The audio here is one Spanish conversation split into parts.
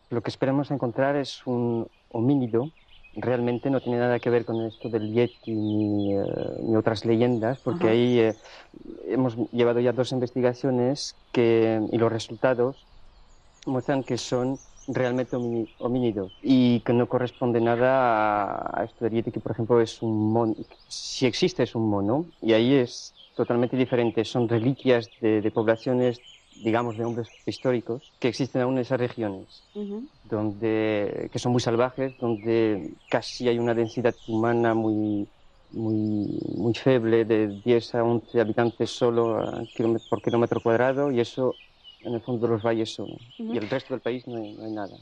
Lo que esperamos encontrar es un homínido. Realmente no tiene nada que ver con esto del Yeti ni otras leyendas, porque Ajá. ahí hemos llevado ya 2 investigaciones y los resultados muestran que son realmente homínidos y que no corresponde nada a esto del Yeti, que por ejemplo es un mono, si existe es un mono, y ahí es totalmente diferente, son reliquias de poblaciones, digamos, de hombres históricos que existen aún en esas regiones, Ujú. que son muy salvajes, donde casi hay una densidad humana muy feble, de 10 a 11 habitantes solo por kilómetro cuadrado, y eso en el fondo de los valles solo. Y Ujú. el resto del país no hay nada.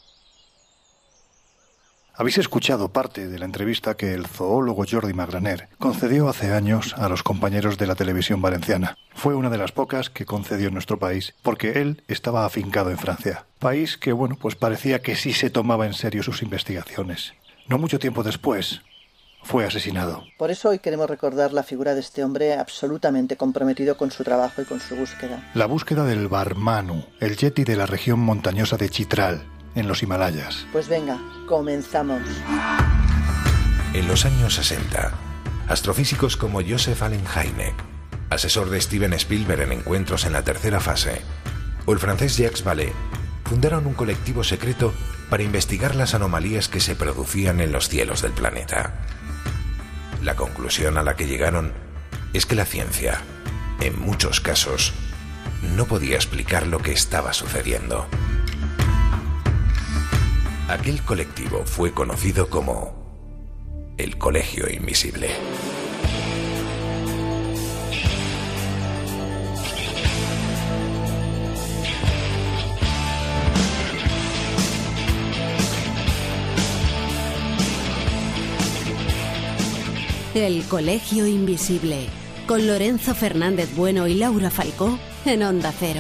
Habéis escuchado parte de la entrevista que el zoólogo Jordi Magraner concedió hace años a los compañeros de la televisión valenciana. Fue una de las pocas que concedió en nuestro país, porque él estaba afincado en Francia. País que, bueno, pues parecía que sí se tomaba en serio sus investigaciones. No mucho tiempo después, fue asesinado. Por eso hoy queremos recordar la figura de este hombre absolutamente comprometido con su trabajo y con su búsqueda. La búsqueda del Barmanu, el yeti de la región montañosa de Chitral, en los Himalayas. Pues venga, comenzamos. En los años 60, astrofísicos como Joseph Allen Hynek, asesor de Steven Spielberg en Encuentros en la tercera fase, o el francés Jacques Vallée, fundaron un colectivo secreto para investigar las anomalías que se producían en los cielos del planeta. La conclusión a la que llegaron es que la ciencia, en muchos casos, no podía explicar lo que estaba sucediendo. Aquel colectivo fue conocido como el Colegio Invisible. El Colegio Invisible, con Lorenzo Fernández Bueno y Laura Falcó en Onda Cero.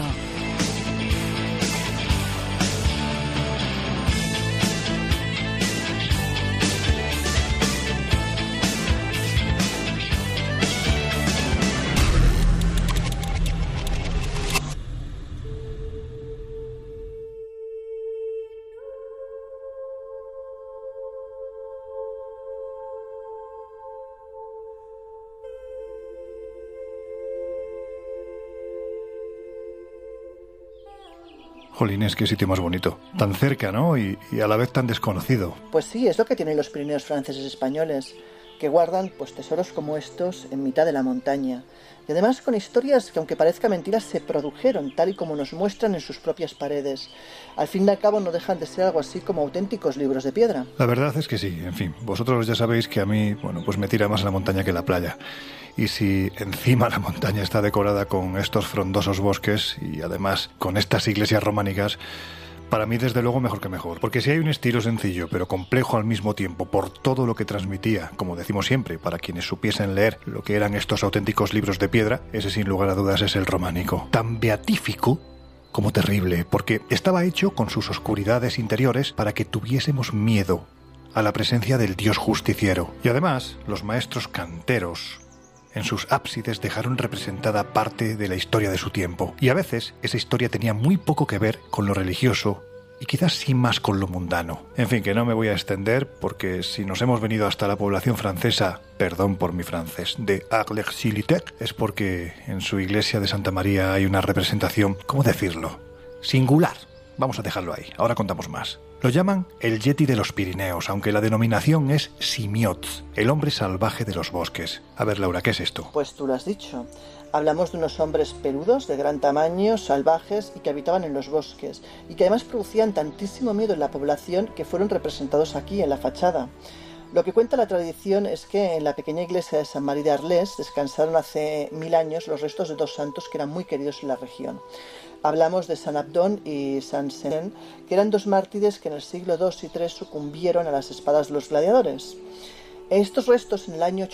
Jolines, qué sitio más bonito. Tan cerca, ¿no? Y a la vez tan desconocido. Pues sí, es lo que tienen los Pirineos franceses españoles, que guardan pues tesoros como estos en mitad de la montaña. Y además con historias que, aunque parezca mentira, se produjeron tal y como nos muestran en sus propias paredes. Al fin y al cabo no dejan de ser algo así como auténticos libros de piedra. La verdad es que sí, en fin. Vosotros ya sabéis que a mí, bueno, pues me tira más la montaña que la playa. Y si encima la montaña está decorada con estos frondosos bosques y además con estas iglesias románicas, para mí desde luego mejor que mejor. Porque si hay un estilo sencillo pero complejo al mismo tiempo por todo lo que transmitía, como decimos siempre, para quienes supiesen leer lo que eran estos auténticos libros de piedra, ese sin lugar a dudas es el románico. Tan beatífico como terrible, porque estaba hecho con sus oscuridades interiores para que tuviésemos miedo a la presencia del Dios justiciero. Y además, los maestros canteros en sus ábsides dejaron representada parte de la historia de su tiempo. Y a veces esa historia tenía muy poco que ver con lo religioso y quizás sí más con lo mundano. En fin, que no me voy a extender porque si nos hemos venido hasta la población francesa, perdón por mi francés, de Arles-Silitec, es porque en su iglesia de Santa María hay una representación, ¿cómo decirlo?, singular. Vamos a dejarlo ahí, ahora contamos más. Lo llaman el Yeti de los Pirineos, aunque la denominación es Simiots, el hombre salvaje de los bosques. A ver, Laura, ¿qué es esto? Pues tú lo has dicho. Hablamos de unos hombres peludos, de gran tamaño, salvajes y que habitaban en los bosques, y que además producían tantísimo miedo en la población que fueron representados aquí, en la fachada. Lo que cuenta la tradición es que en la pequeña iglesia de San María de Arles descansaron hace 1000 años los restos de dos santos que eran muy queridos en la región. Hablamos de San Abdón y San Senen, que eran dos mártires que en el siglo II y III sucumbieron a las espadas de los gladiadores. Estos restos en el año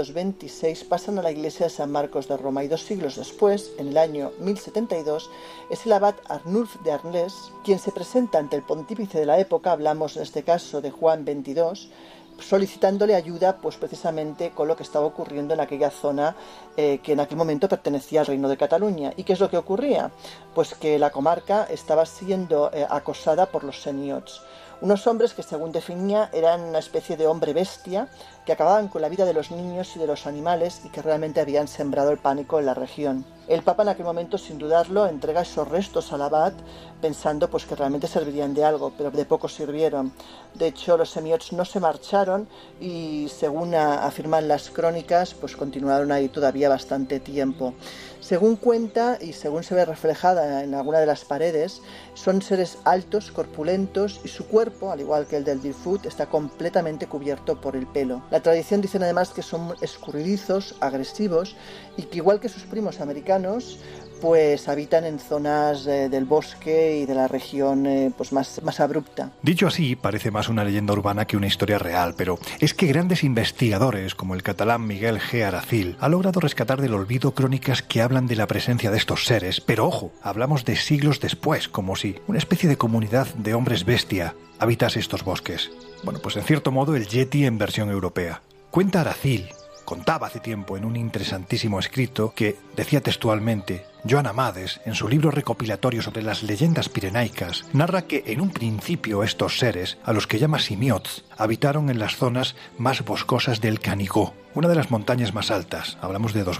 826 pasan a la iglesia de San Marcos de Roma y 2 siglos después, en el año 1072, es el abad Arnulf de Arles quien se presenta ante el pontífice de la época, hablamos en este caso de Juan XXII, solicitándole ayuda pues precisamente con lo que estaba ocurriendo en aquella zona que en aquel momento pertenecía al Reino de Cataluña. ¿Y qué es lo que ocurría? Pues que la comarca estaba siendo acosada por los seniots, unos hombres que, según definía, eran una especie de hombre bestia que acababan con la vida de los niños y de los animales y que realmente habían sembrado el pánico en la región. El Papa en aquel momento, sin dudarlo, entrega esos restos al abad pensando pues que realmente servirían de algo, pero de poco sirvieron. De hecho, los semiots no se marcharon y, según afirman las crónicas, pues continuaron ahí todavía bastante tiempo. Según cuenta y según se ve reflejada en alguna de las paredes, son seres altos, corpulentos y su cuerpo, al igual que el del Bigfoot, está completamente cubierto por el pelo. La tradición dice además que son escurridizos, agresivos y que, igual que sus primos americanos, pues habitan en zonas del bosque y de la región pues más abrupta. Dicho así, parece más una leyenda urbana que una historia real, pero es que grandes investigadores, como el catalán Miguel G. Aracil, han logrado rescatar del olvido crónicas que hablan de la presencia de estos seres, pero ojo, hablamos de siglos después, como si una especie de comunidad de hombres bestia habitase estos bosques. Bueno, pues en cierto modo el Yeti en versión europea. Cuenta Aracil, contaba hace tiempo en un interesantísimo escrito que decía textualmente: Joan Amades, en su libro recopilatorio sobre las leyendas pirenaicas, narra que en un principio estos seres, a los que llama simiots, habitaron en las zonas más boscosas del Canigó, una de las montañas más altas, hablamos de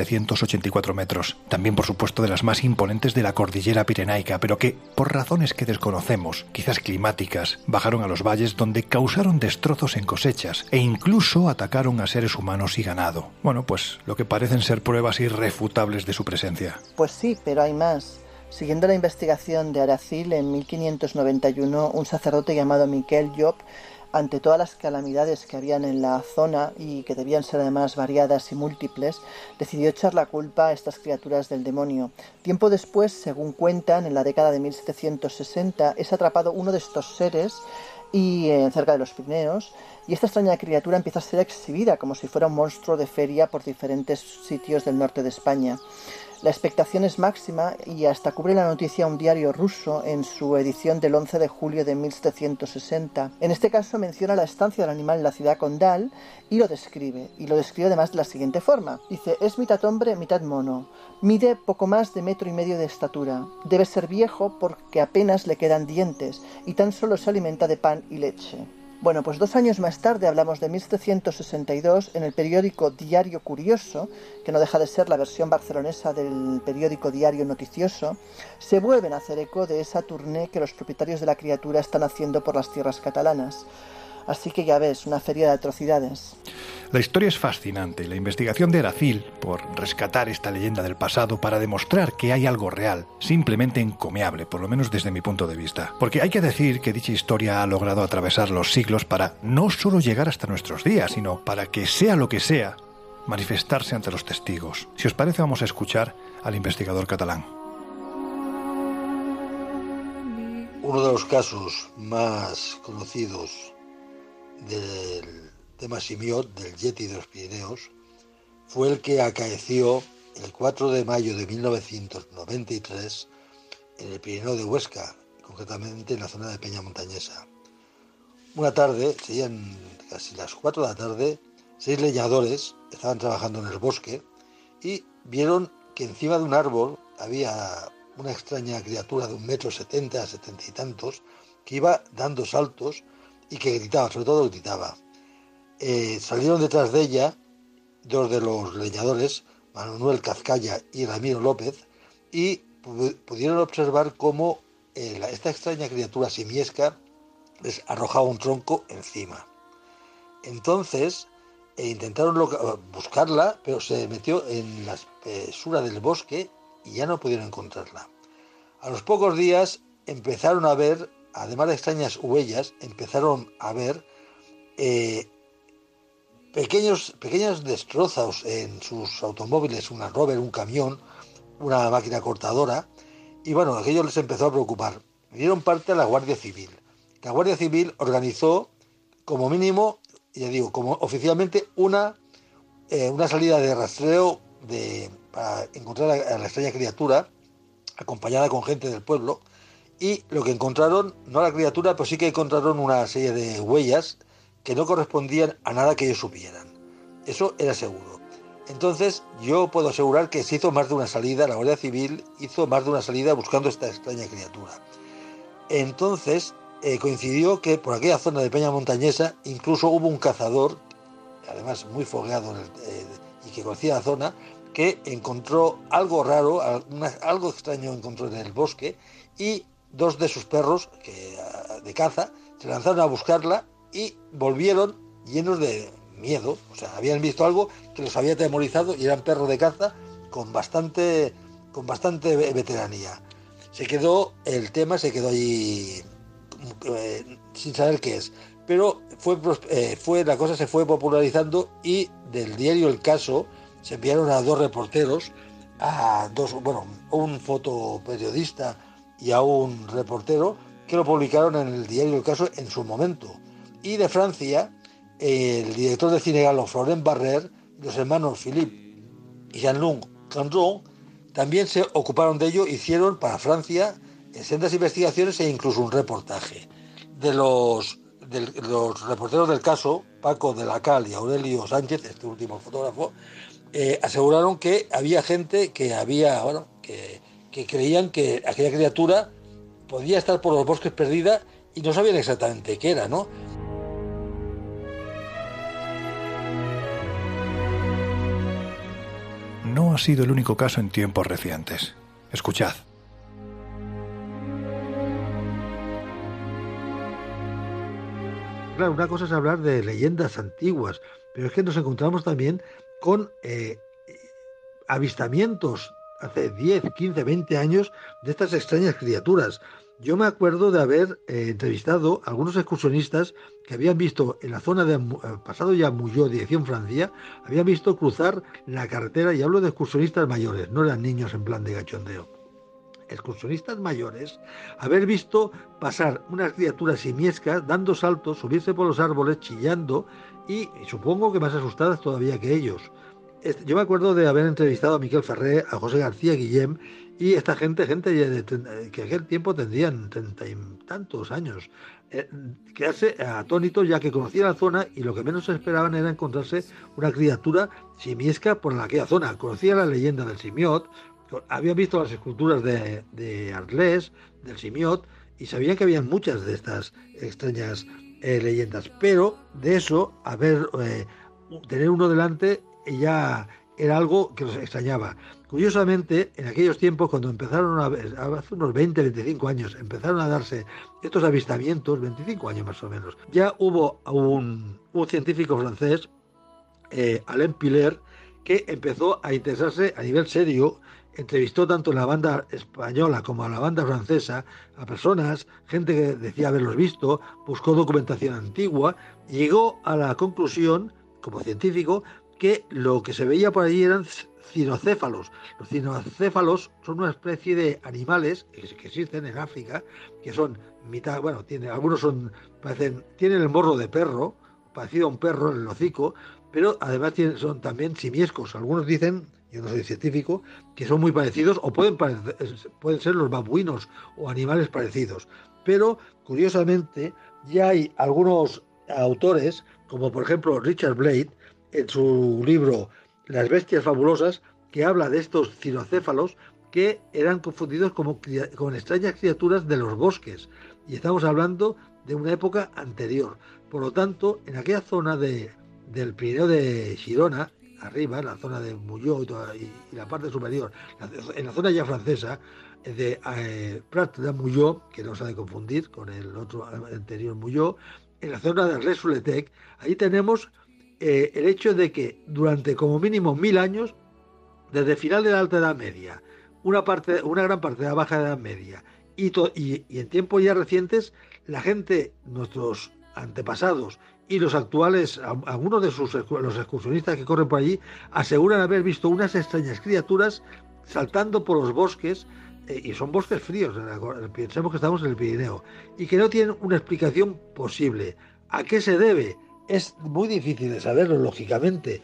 2.784 metros, también por supuesto de las más imponentes de la cordillera pirenaica, pero que, por razones que desconocemos, quizás climáticas, bajaron a los valles donde causaron destrozos en cosechas e incluso atacaron a seres humanos y ganado. Bueno, pues lo que parecen ser pruebas irrefutables de su presencia. Pues sí, pero hay más. Siguiendo la investigación de Aracil, en 1591, un sacerdote llamado Miquel Llop, ante todas las calamidades que habían en la zona y que debían ser además variadas y múltiples, decidió echar la culpa a estas criaturas del demonio. Tiempo después, según cuentan, en la década de 1760, es atrapado uno de estos seres cerca de los Pirineos, y esta extraña criatura empieza a ser exhibida como si fuera un monstruo de feria por diferentes sitios del norte de España. La expectación es máxima y hasta cubre la noticia un diario ruso en su edición del 11 de julio de 1760. En este caso menciona la estancia del animal en la ciudad condal y lo describe además de la siguiente forma. Dice: es mitad hombre, mitad mono. Mide poco más de 1,5 metros de estatura. Debe ser viejo porque apenas le quedan dientes y tan solo se alimenta de pan y leche. Bueno, pues 2 años más tarde, hablamos de 1762, en el periódico Diario Curioso, que no deja de ser la versión barcelonesa del periódico Diario Noticioso, se vuelven a hacer eco de esa tournée que los propietarios de la criatura están haciendo por las tierras catalanas. Así que ya ves, una feria de atrocidades. La historia es fascinante. La investigación de Aracil por rescatar esta leyenda del pasado para demostrar que hay algo real, simplemente encomiable, por lo menos desde mi punto de vista. Porque hay que decir que dicha historia ha logrado atravesar los siglos para no solo llegar hasta nuestros días, sino para que, sea lo que sea, manifestarse ante los testigos. Si os parece, vamos a escuchar al investigador catalán. Uno de los casos más conocidos del tema simiot, del Yeti de los Pirineos, fue el que acaeció el 4 de mayo de 1993 en el Pirineo de Huesca, concretamente en la zona de Peña Montañesa. Una tarde, serían casi las 4 de la tarde, 6 leñadores estaban trabajando en el bosque y vieron que encima de un árbol había una extraña criatura de 1,70 m, 70 y tantos, que iba dando saltos y que gritaba, sobre todo gritaba. Salieron detrás de ella 2 de los leñadores, Manuel Cazcalla y Ramiro López, y pudieron observar cómo esta extraña criatura simiesca les arrojaba un tronco encima. Entonces intentaron buscarla, pero se metió en la espesura del bosque y ya no pudieron encontrarla. A los pocos días empezaron a ver, además de extrañas huellas, empezaron a ver pequeños destrozos en sus automóviles, una Rover, un camión, una máquina cortadora, y bueno, aquello les empezó a preocupar. Dieron parte a la Guardia Civil. La Guardia Civil organizó, como mínimo, ya digo, como oficialmente, una salida de rastreo para encontrar a la extraña criatura, acompañada con gente del pueblo, y lo que encontraron, no la criatura, pero sí que encontraron una serie de huellas que no correspondían a nada que ellos supieran. Eso era seguro. Entonces yo puedo asegurar que se hizo más de una salida, la Guardia Civil hizo más de una salida buscando esta extraña criatura. Entonces coincidió que por aquella zona de Peña Montañesa incluso hubo un cazador, además muy fogueado y que conocía la zona, que encontró algo raro, algo extraño encontró en el bosque, y 2 de sus perros de caza se lanzaron a buscarla y volvieron llenos de miedo. O sea, habían visto algo que los había atemorizado y eran perros de caza con bastante veteranía. El tema se quedó allí sin saber qué es. Pero la cosa se fue popularizando y del diario El Caso se enviaron a 2 reporteros, un fotoperiodista y a un reportero, que lo publicaron en el diario El Caso en su momento. Y de Francia, el director de cine galo Florent Barrère, los hermanos Philippe y Jean-Luc Candron, también se ocuparon de ello, hicieron para Francia sendas investigaciones e incluso un reportaje. De los reporteros del caso, Paco de la Cal y Aurelio Sánchez, este último fotógrafo, aseguraron que había gente que creían que aquella criatura podía estar por los bosques perdida y no sabían exactamente qué era, ¿no? No ha sido el único caso en tiempos recientes. Escuchad. Claro, una cosa es hablar de leyendas antiguas, pero es que nos encontramos también con avistamientos hace 10, 15, 20 años de estas extrañas criaturas. Yo me acuerdo de haber entrevistado a algunos excursionistas que habían visto en la zona de pasado ya Muyó, dirección Francia, habían visto cruzar la carretera, y hablo de excursionistas mayores, no eran niños en plan de cachondeo. Excursionistas mayores, haber visto pasar unas criaturas simiescas dando saltos, subirse por los árboles, chillando, y supongo que más asustadas todavía que ellos. Yo me acuerdo de haber entrevistado a Miquel Ferrer, a José García Guillem, y esta gente que aquel tiempo tendrían 30 y tantos años, quedarse atónitos, ya que conocían la zona y lo que menos esperaban era encontrarse una criatura simiesca por aquella zona. Conocían la leyenda del simiot, habían visto las esculturas de Arles, del simiot, y sabían que habían muchas de estas extrañas leyendas, pero de eso, tener uno delante ya era algo que los extrañaba. Curiosamente, en aquellos tiempos, cuando empezaron hace unos 20, 25 años, empezaron a darse estos avistamientos, 25 años más o menos, ya hubo un científico francés, Alain Piller, que empezó a interesarse a nivel serio. Entrevistó tanto en la banda española como a la banda francesa a personas, gente que decía haberlos visto, buscó documentación antigua, y llegó a la conclusión, como científico, que lo que se veía por allí eran cinocéfalos. Los cinocéfalos son una especie de animales que existen en África, que son mitad, algunos tienen el morro de perro, parecido a un perro en el hocico, pero además son también simiescos. Algunos dicen, yo no soy científico, que son muy parecidos, o pueden ser los babuinos o animales parecidos. Pero, curiosamente, ya hay algunos autores, como por ejemplo Richard Blade, en su libro Las bestias fabulosas, que habla de estos cinocéfalos que eran confundidos con extrañas criaturas de los bosques. Y estamos hablando de una época anterior. Por lo tanto, en aquella zona del Pirineo de Girona, arriba, en la zona de Muyó y la parte superior, en la zona ya francesa, de Prat de Muyó, que no se ha de confundir con el otro anterior Muyó, en la zona de Resuletec, ahí tenemos el hecho de que durante como mínimo 1000 años, desde el final de la Alta Edad Media, una gran parte de la Baja Edad Media y en tiempos ya recientes, la gente, nuestros antepasados y los actuales, algunos de los excursionistas que corren por allí, aseguran haber visto unas extrañas criaturas saltando por los bosques, y son bosques fríos, pensemos que estamos en el Pirineo, y que no tienen una explicación posible. ¿A qué se debe? Es muy difícil de saberlo, lógicamente.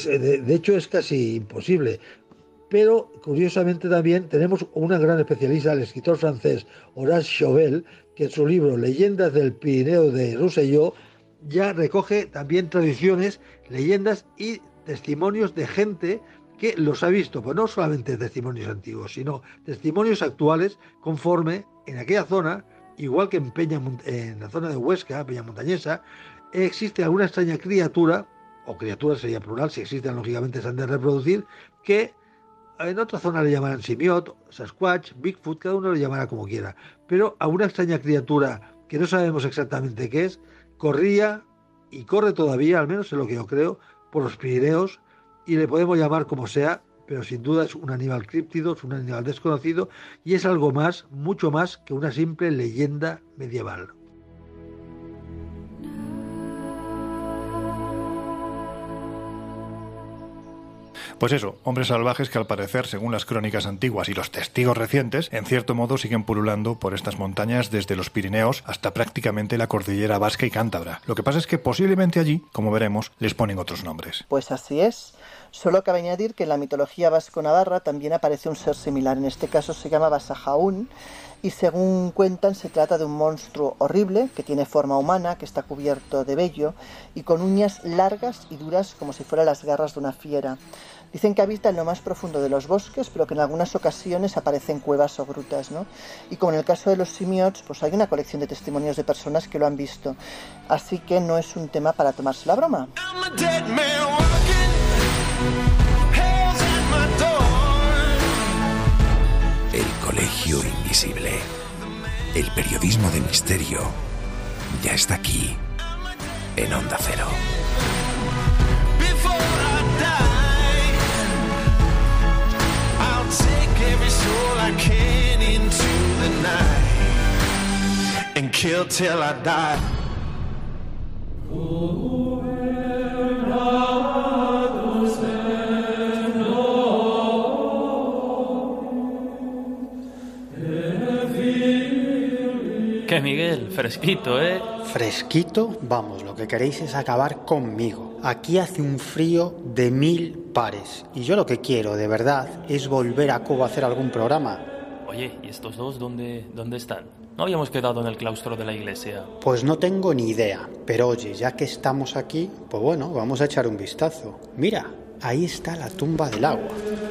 De hecho, es casi imposible. Pero, curiosamente, también tenemos una gran especialista, el escritor francés Horace Chauvel, que en su libro Leyendas del Pirineo de Rosselló ya recoge también tradiciones, leyendas y testimonios de gente que los ha visto, pues no solamente testimonios antiguos, sino testimonios actuales conforme en aquella zona, igual que en la zona de Huesca, Peñamontañesa, existe alguna extraña criatura, o criatura sería plural, si existen lógicamente se han de reproducir, que en otra zona le llamarán simiot, Sasquatch, Bigfoot, cada uno le llamará como quiera, pero a una extraña criatura que no sabemos exactamente qué es, corría y corre todavía, al menos es lo que yo creo, por los Pirineos, y le podemos llamar como sea, pero sin duda es un animal críptido, es un animal desconocido y es algo más, mucho más que una simple leyenda medieval. Pues eso, hombres salvajes que al parecer, según las crónicas antiguas y los testigos recientes, en cierto modo siguen pululando por estas montañas desde los Pirineos hasta prácticamente la cordillera vasca y cántabra. Lo que pasa es que posiblemente allí, como veremos, les ponen otros nombres. Pues así es. Solo cabe añadir que en la mitología vasco-navarra también aparece un ser similar. En este caso se llama Basajaún y según cuentan se trata de un monstruo horrible que tiene forma humana, que está cubierto de vello y con uñas largas y duras como si fueran las garras de una fiera. Dicen que habita en lo más profundo de los bosques, pero que en algunas ocasiones aparece en cuevas o grutas, ¿no? Y como en el caso de los simiots, pues hay una colección de testimonios de personas que lo han visto. Así que no es un tema para tomarse la broma. El Colegio Invisible. El periodismo de misterio ya está aquí, en Onda Cero. Every soul I can into the night and kill till I die. ¿Qué, Miguel? Fresquito, ¿eh? ¿Fresquito? Vamos, lo que queréis es acabar conmigo. Aquí hace un frío de 1000 pares. Y yo lo que quiero, de verdad, es volver a Cuba a hacer algún programa. Oye, ¿y estos dos dónde están? ¿No habíamos quedado en el claustro de la iglesia? Pues no tengo ni idea. Pero oye, ya que estamos aquí, pues bueno, vamos a echar un vistazo. Mira, ahí está la tumba del agua.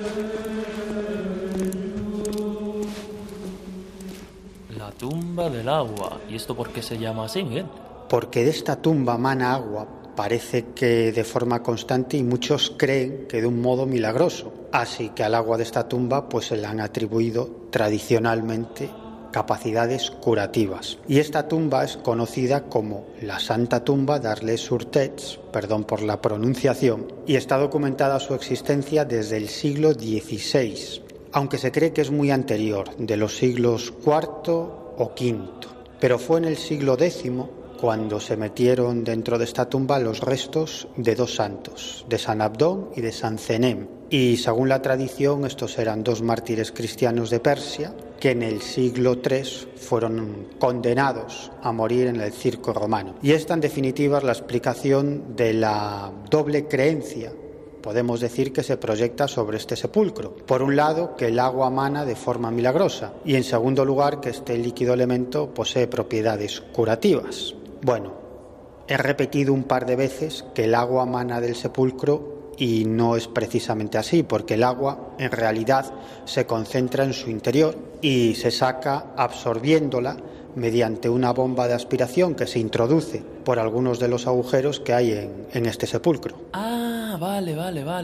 La tumba del agua. ¿Y esto por qué se llama así, Miguel? Porque de esta tumba mana agua, parece que de forma constante y muchos creen que de un modo milagroso. Así que al agua de esta tumba pues se le han atribuido tradicionalmente capacidades curativas. Y esta tumba es conocida como la Santa Tumba d'Arles-sur-Tets, perdón por la pronunciación, y está documentada su existencia desde el siglo XVI, aunque se cree que es muy anterior, de los siglos IV o V. Pero fue en el siglo X cuando se metieron dentro de esta tumba los restos de dos santos, de San Abdón y de San Cenem. Y según la tradición, estos eran dos mártires cristianos de Persia que en el siglo III fueron condenados a morir en el circo romano. Y esta, en definitiva, es la explicación de la doble creencia, podemos decir, que se proyecta sobre este sepulcro. Por un lado, que el agua mana de forma milagrosa, y en segundo lugar, que este líquido elemento posee propiedades curativas. Bueno, he repetido un par de veces que el agua mana del sepulcro y no es precisamente así, porque el agua en realidad se concentra en su interior y se saca absorbiéndola mediante una bomba de aspiración que se introduce por algunos de los agujeros que hay en este sepulcro. Ah, vale,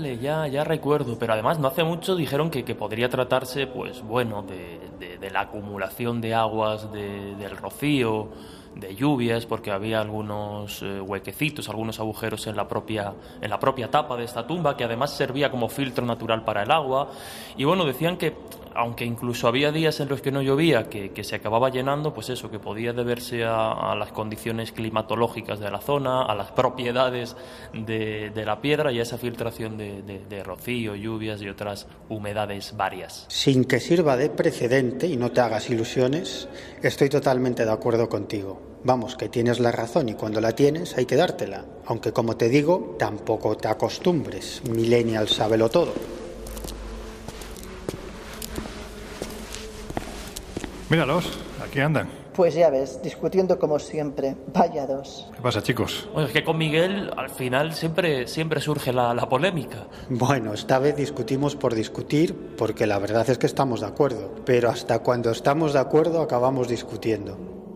ya recuerdo. Pero además no hace mucho dijeron que podría tratarse, pues bueno, de la acumulación de aguas del rocío, de lluvias, porque había algunos huequecitos, algunos agujeros en la propia tapa de esta tumba, que además servía como filtro natural para el agua. Y bueno, decían que aunque incluso había días en los que no llovía, que se acababa llenando, pues eso, que podía deberse a las condiciones climatológicas de la zona, a las propiedades de la piedra y a esa filtración de rocío, lluvias y otras humedades varias. Sin que sirva de precedente y no te hagas ilusiones, estoy totalmente de acuerdo contigo. Vamos, que tienes la razón y cuando la tienes hay que dártela. Aunque, como te digo, tampoco te acostumbres. Millennial sábelo todo. Míralos, aquí andan. Pues ya ves, discutiendo como siempre. Vaya dos. ¿Qué pasa, chicos? Oye, es que con Miguel al final siempre surge la polémica. Bueno, esta vez discutimos por discutir, porque la verdad es que estamos de acuerdo. Pero hasta cuando estamos de acuerdo acabamos discutiendo.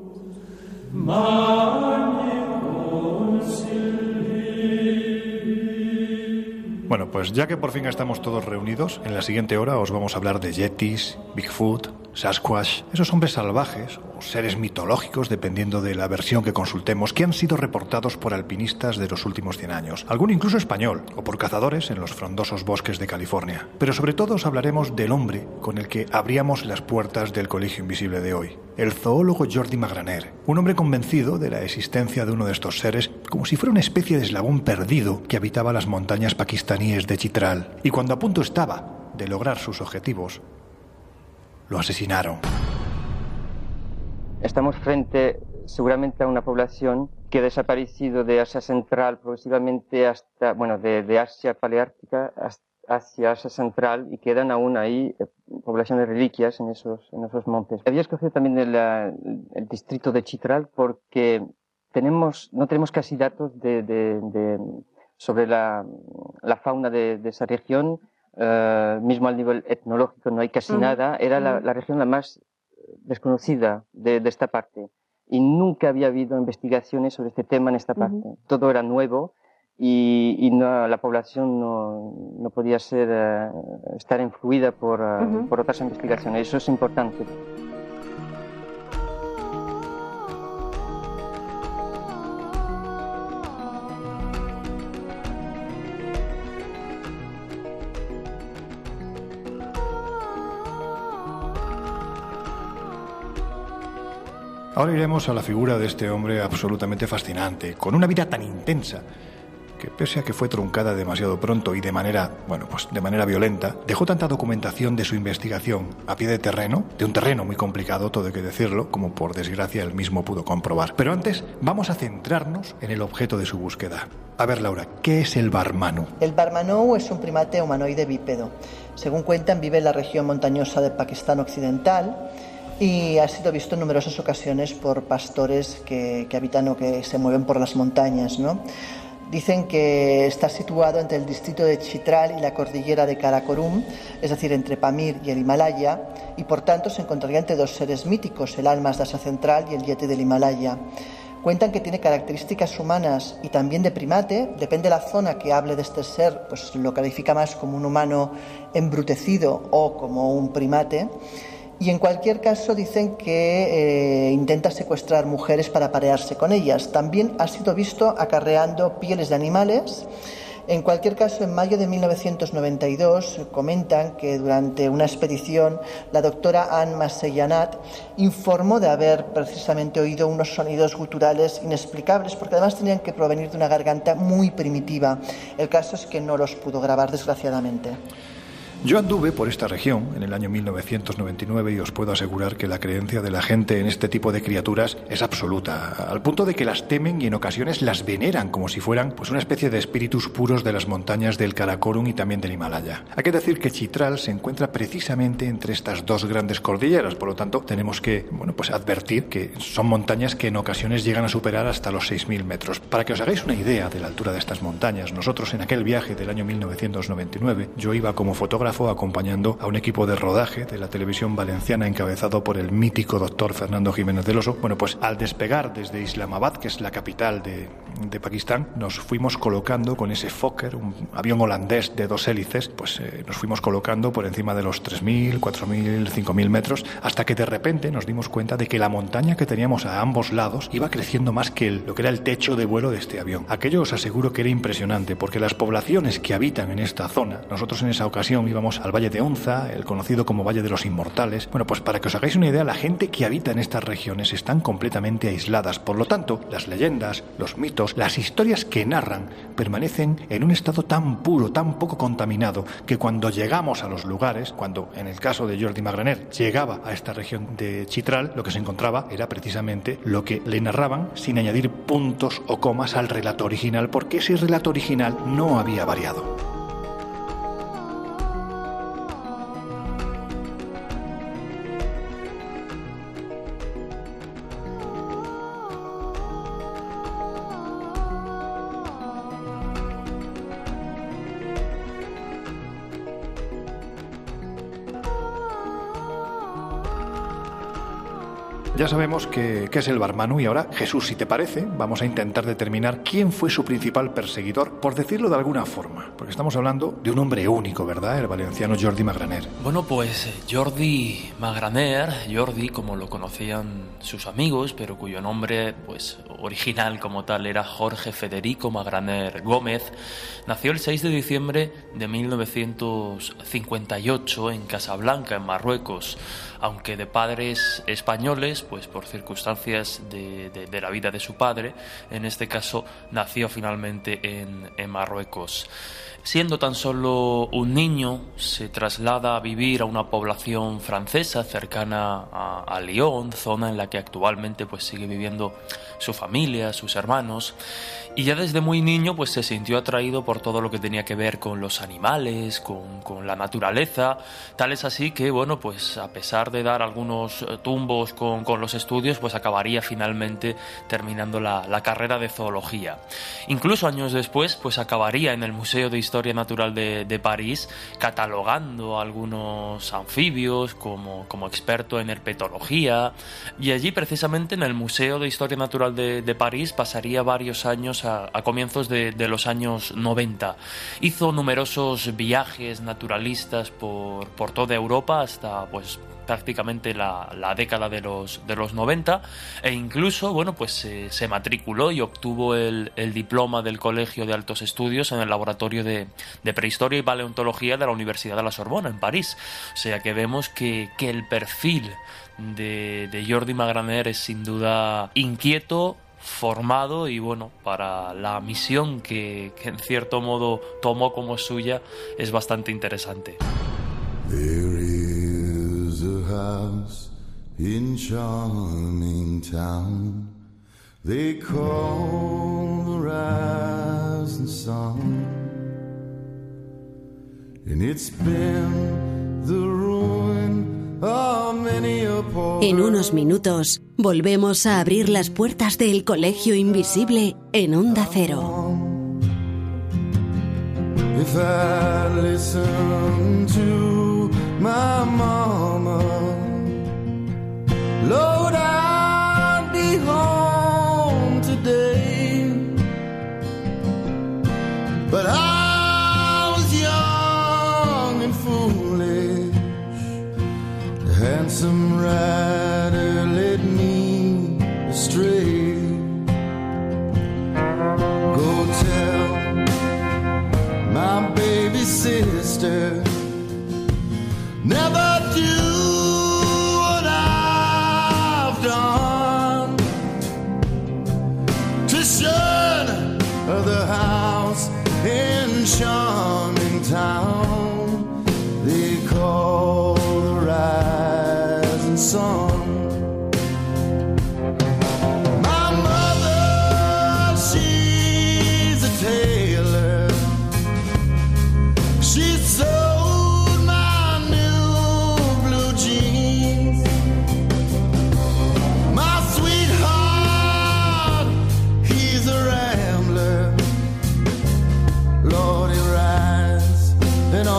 Bueno, pues ya que por fin estamos todos reunidos, en la siguiente hora os vamos a hablar de yetis, Bigfoot, Sasquatch, esos hombres salvajes o seres mitológicos, dependiendo de la versión que consultemos, que han sido reportados por alpinistas de los últimos 100 años, alguno incluso español, o por cazadores en los frondosos bosques de California. Pero sobre todo os hablaremos del hombre con el que abríamos las puertas del Colegio Invisible de hoy, el zoólogo Jordi Magraner, un hombre convencido de la existencia de uno de estos seres como si fuera una especie de eslabón perdido que habitaba las montañas pakistaníes de Chitral, y cuando a punto estaba de lograr sus objetivos, lo asesinaron. Estamos frente seguramente a una población que ha desaparecido de Asia Central progresivamente hasta, bueno, de Asia Paleártica hacia Asia Central, y quedan aún ahí poblaciones reliquias en esos montes. Había escogido también el distrito de Chitral porque no tenemos casi datos sobre la fauna de esa región. Mismo al nivel etnológico no hay casi nada. Era la región la más desconocida de esta parte, y nunca había habido investigaciones sobre este tema en esta parte. Todo era nuevo, y la población no podía estar influida por otras investigaciones. Eso es importante. Ahora iremos a la figura de este hombre absolutamente fascinante, con una vida tan intensa, que pese a que fue truncada demasiado pronto y de manera violenta, dejó tanta documentación de su investigación a pie de terreno, de un terreno muy complicado, todo hay que decirlo, como por desgracia él mismo pudo comprobar. Pero antes vamos a centrarnos en el objeto de su búsqueda. A ver, Laura, ¿qué es el barmanu? El barmanu es un primate humanoide bípedo. Según cuentan, vive en la región montañosa de Pakistán occidental, y ha sido visto en numerosas ocasiones por pastores que habitan o que se mueven por las montañas, ¿no? Dicen que está situado entre el distrito de Chitral y la cordillera de Karakorum, es decir, entre Pamir y el Himalaya, y por tanto se encontraría entre dos seres míticos, el almas de Asia Central y el yeti del Himalaya. Cuentan que tiene características humanas y también de primate. Depende de la zona que hable de este ser, pues lo califica más como un humano embrutecido o como un primate. Y en cualquier caso dicen que intenta secuestrar mujeres para aparearse con ellas. También ha sido visto acarreando pieles de animales. En cualquier caso, en mayo de 1992 comentan que durante una expedición la doctora Anne Masseyanat informó de haber precisamente oído unos sonidos guturales inexplicables, porque además tenían que provenir de una garganta muy primitiva. El caso es que no los pudo grabar, desgraciadamente. Yo anduve por esta región en el año 1999 y os puedo asegurar que la creencia de la gente en este tipo de criaturas es absoluta, al punto de que las temen y en ocasiones las veneran como si fueran pues una especie de espíritus puros de las montañas del Karakorum y también del Himalaya. Hay que decir que Chitral se encuentra precisamente entre estas dos grandes cordilleras, por lo tanto tenemos que advertir que son montañas que en ocasiones llegan a superar hasta los 6.000 metros. Para que os hagáis una idea de la altura de estas montañas, nosotros en aquel viaje del año 1999, yo iba como fotógrafo acompañando a un equipo de rodaje de la televisión valenciana encabezado por el mítico doctor Fernando Jiménez del Oso. Bueno, pues al despegar desde Islamabad, que es la capital de Pakistán, nos fuimos colocando con ese Fokker, un avión holandés de 2 hélices, nos fuimos colocando por encima de los 3.000, 4.000, 5.000 metros, hasta que de repente nos dimos cuenta de que la montaña que teníamos a ambos lados iba creciendo más que lo que era el techo de vuelo de este avión. Aquello os aseguro que era impresionante, porque las poblaciones que habitan en esta zona, nosotros en esa ocasión íbamos al Valle de Onza, el conocido como Valle de los Inmortales. Bueno, pues para que os hagáis una idea, la gente que habita en estas regiones están completamente aisladas. Por lo tanto, las leyendas, los mitos, las historias que narran permanecen en un estado tan puro, tan poco contaminado, que cuando llegamos a los lugares, cuando en el caso de Jordi Magraner llegaba a esta región de Chitral, lo que se encontraba era precisamente lo que le narraban sin añadir puntos o comas al relato original, porque ese relato original no había variado. Ya sabemos que es el Barmanu y ahora, Jesús, si te parece, vamos a intentar determinar quién fue su principal perseguidor, por decirlo de alguna forma, porque estamos hablando de un hombre único, ¿verdad? El valenciano Jordi Magraner. Bueno, pues Jordi Magraner, Jordi como lo conocían sus amigos, pero cuyo nombre pues original como tal era Jorge Federico Magraner Gómez, nació el 6 de diciembre de 1958 en Casablanca, en Marruecos. Aunque de padres españoles, pues por circunstancias de la vida de su padre, en este caso nació finalmente en Marruecos. Siendo tan solo un niño, se traslada a vivir a una población francesa cercana a Lyon, zona en la que actualmente pues sigue viviendo su familia, sus hermanos, y ya desde muy niño pues se sintió atraído por todo lo que tenía que ver con los animales, con la naturaleza. Tal es así que, bueno, pues a pesar de dar algunos tumbos con los estudios, pues acabaría finalmente terminando la carrera de zoología. Incluso años después pues acabaría en el Museo de Historia Natural de París, catalogando algunos anfibios como experto en herpetología, y allí precisamente en el Museo de Historia Natural de París pasaría varios años a comienzos de los años 90. Hizo numerosos viajes naturalistas por toda Europa hasta pues prácticamente la década de los 90, e incluso, bueno, pues se matriculó y obtuvo el diploma del Colegio de Altos Estudios en el Laboratorio de Prehistoria y Paleontología de la Universidad de la Sorbona, en París. O sea que vemos que el perfil de Jordi Magraner es sin duda inquieto, formado y, bueno, para la misión que en cierto modo tomó como suya es bastante interesante. House in charming town they call the rising sun, and it's been the ruin of many a poor. En unos minutos volvemos a abrir las puertas del Colegio Invisible en Onda Cero. If I listen to my mama, Lord, I'd be home today. But I was young and foolish. The handsome rider led me astray. Go tell my baby sister, never do what I've done to shun the house in charming town they call the rising sun. My mother, she's a tailor. She sold my new blue jeans. My sweetheart, he's a rambler. Lord, he rides an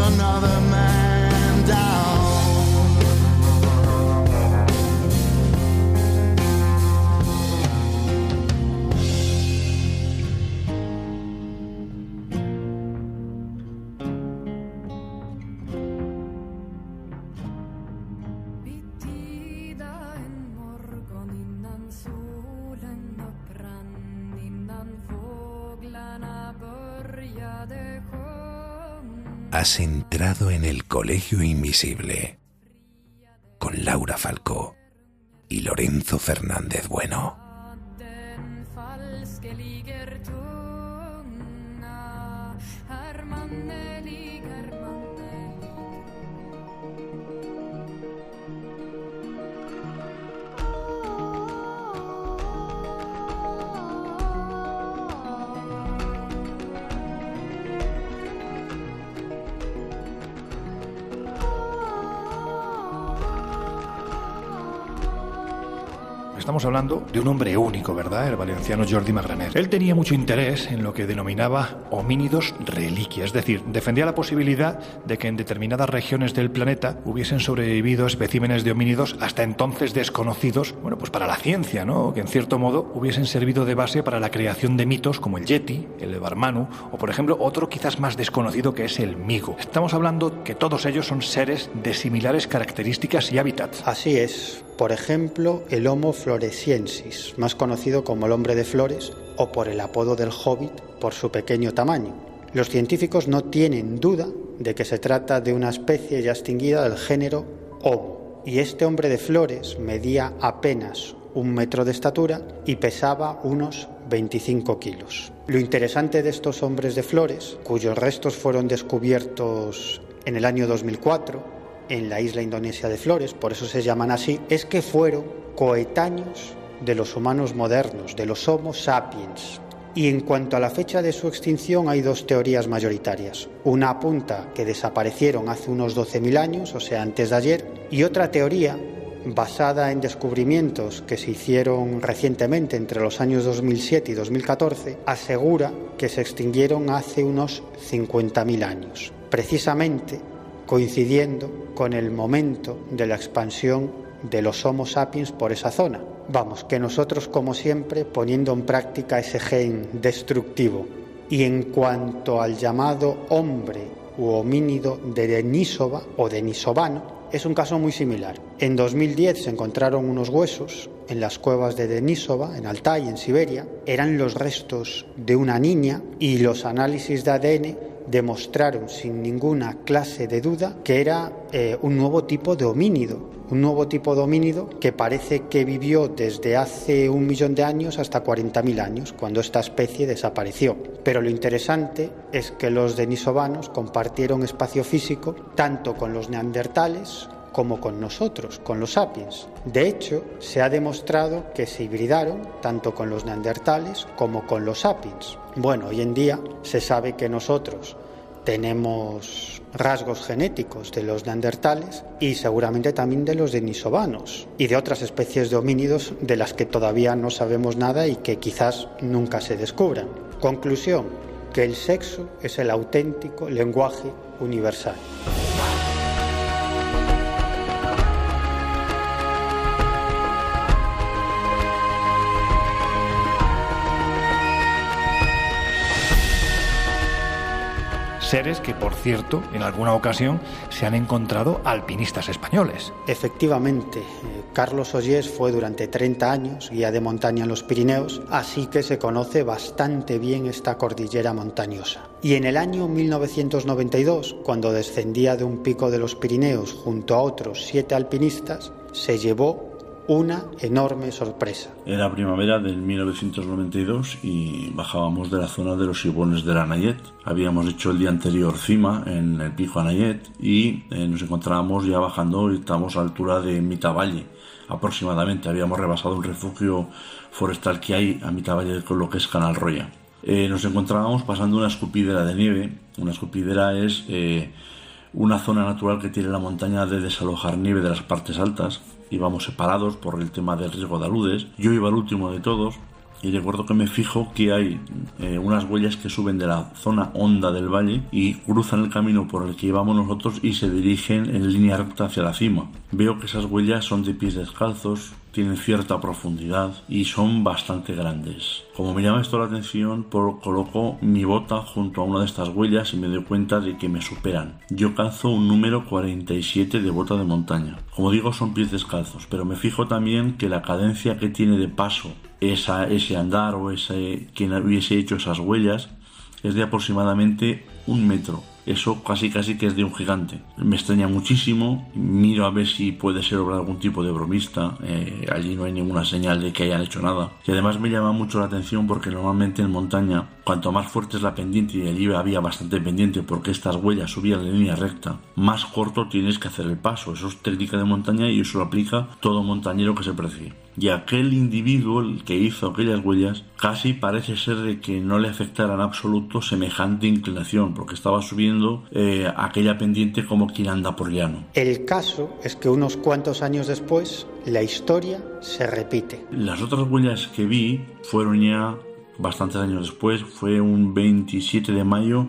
another man down. Has entrado en el Colegio Invisible con Laura Falcó y Lorenzo Fernández Bueno. Estamos hablando de un hombre único, ¿verdad? El valenciano Jordi Magraner. Él tenía mucho interés en lo que denominaba homínidos reliquia, es decir, defendía la posibilidad de que en determinadas regiones del planeta hubiesen sobrevivido especímenes de homínidos hasta entonces desconocidos, bueno, pues para la ciencia, ¿no? Que en cierto modo hubiesen servido de base para la creación de mitos como el Yeti, el Barmanu o, por ejemplo, otro quizás más desconocido que es el Migo. Estamos hablando que todos ellos son seres de similares características y hábitats. Así es. Por ejemplo, el Homo floresiensis, más conocido como el hombre de flores o por el apodo del Hobbit por su pequeño tamaño. Los científicos no tienen duda de que se trata de una especie ya extinguida del género Homo. Y este hombre de flores medía apenas 1 metro de estatura y pesaba unos 25 kilos. Lo interesante de estos hombres de flores, cuyos restos fueron descubiertos en el año 2004, en la isla indonesia de Flores, por eso se llaman así, es que fueron coetáneos de los humanos modernos, de los Homo sapiens. Y en cuanto a la fecha de su extinción hay 2 teorías mayoritarias. Una apunta que desaparecieron hace unos 12.000 años, o sea, antes de ayer, y otra teoría, basada en descubrimientos que se hicieron recientemente entre los años 2007 y 2014, asegura que se extinguieron hace unos 50.000 años. Precisamente coincidiendo con el momento de la expansión de los Homo sapiens por esa zona. Vamos, que nosotros, como siempre, poniendo en práctica ese gen destructivo. Y en cuanto al llamado hombre u homínido de Denisova o denisovano, es un caso muy similar. En 2010 se encontraron unos huesos en las cuevas de Denisova, en Altai, en Siberia. Eran los restos de una niña y los análisis de ADN demostraron sin ninguna clase de duda que era un nuevo tipo de homínido. Un nuevo tipo de homínido que parece que vivió desde hace 1 millón de años hasta 40.000 años, cuando esta especie desapareció. Pero lo interesante es que los denisovanos compartieron espacio físico tanto con los neandertales como con nosotros, con los sapiens. De hecho, se ha demostrado que se hibridaron tanto con los neandertales como con los sapiens. Bueno, hoy en día se sabe que nosotros tenemos rasgos genéticos de los neandertales y seguramente también de los denisovanos y de otras especies de homínidos de las que todavía no sabemos nada y que quizás nunca se descubran. Conclusión, que el sexo es el auténtico lenguaje universal. Seres que, por cierto, en alguna ocasión se han encontrado alpinistas españoles. Efectivamente, Carlos Ollés fue durante 30 años guía de montaña en los Pirineos, así que se conoce bastante bien esta cordillera montañosa. Y en el año 1992, cuando descendía de un pico de los Pirineos junto a otros 7 alpinistas, se llevó una enorme sorpresa. Era primavera del 1992 y bajábamos de la zona de los Sibones de la Nayet. Habíamos hecho el día anterior cima en el pico Nayet y nos encontrábamos ya bajando y estábamos a la altura de Mitavalle aproximadamente. Habíamos rebasado un refugio forestal que hay a Mitavalle con lo que es Canal Roya. Nos encontrábamos pasando una escupidera de nieve. Una escupidera es una zona natural que tiene la montaña de desalojar nieve de las partes altas. Íbamos separados por el tema del riesgo de aludes. Yo iba al último de todos y recuerdo que me fijo que hay unas huellas que suben de la zona honda del valle y cruzan el camino por el que íbamos nosotros y se dirigen en línea recta hacia la cima. Veo que esas huellas son de pies descalzos, tienen cierta profundidad y son bastante grandes. Como me llama esto la atención, coloco mi bota junto a una de estas huellas y me doy cuenta de que me superan. Yo calzo un número 47 de bota de montaña. Como digo, son pies descalzos, pero me fijo también que la cadencia que tiene de paso ese andar o quien hubiese hecho esas huellas es de aproximadamente 1 metro. Eso casi que es de un gigante. Me extraña muchísimo, miro a ver si puede ser obra de algún tipo de bromista, allí no hay ninguna señal de que hayan hecho nada. Y además me llama mucho la atención porque normalmente en montaña, cuanto más fuerte es la pendiente, y allí había bastante pendiente porque estas huellas subían en línea recta, más corto tienes que hacer el paso. Eso es técnica de montaña y eso lo aplica todo montañero que se precie. Y aquel individuo, el que hizo aquellas huellas, casi parece ser de que no le afectara en absoluto semejante inclinación, porque estaba subiendo aquella pendiente como quien anda por llano. El caso es que unos cuantos años después, la historia se repite. Las otras huellas que vi fueron ya bastantes años después, fue un 27 de mayo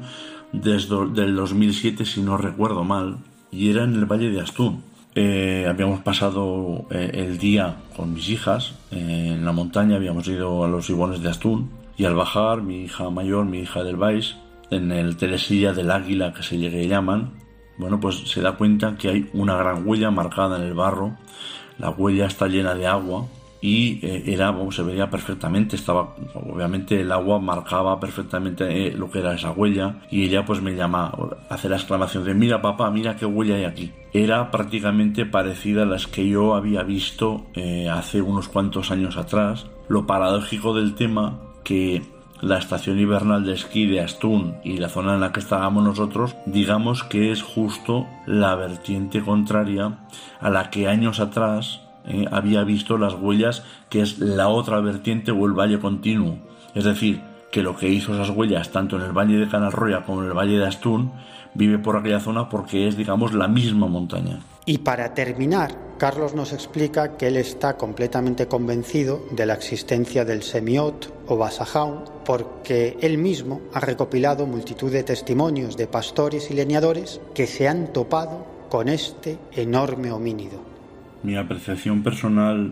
del 2007, si no recuerdo mal, y era en el Valle de Astún. Habíamos pasado el día con mis hijas en la montaña, habíamos ido a los Ibones de Astún y al bajar mi hija mayor, mi hija del Baix, en el Telesilla del Águila que se llaman, bueno, pues se da cuenta que hay una gran huella marcada en el barro. La huella está llena de agua y se veía perfectamente, obviamente el agua marcaba perfectamente lo que era esa huella, y ella pues me llama, hace la exclamación de mira papá, mira qué huella hay aquí. Era prácticamente parecida a las que yo había visto hace unos cuantos años atrás. Lo paradójico del tema, que la estación invernal de esquí de Astún y la zona en la que estábamos nosotros, digamos que es justo la vertiente contraria a la que años atrás había visto las huellas, que es la otra vertiente o el valle continuo. Es decir, que lo que hizo esas huellas tanto en el valle de Canalroya como en el valle de Astún vive por aquella zona porque es, digamos, la misma montaña. Y para terminar, Carlos nos explica que él está completamente convencido de la existencia del Semiot o Basajaun, porque él mismo ha recopilado multitud de testimonios de pastores y leñadores que se han topado con este enorme homínido. Mi apreciación personal,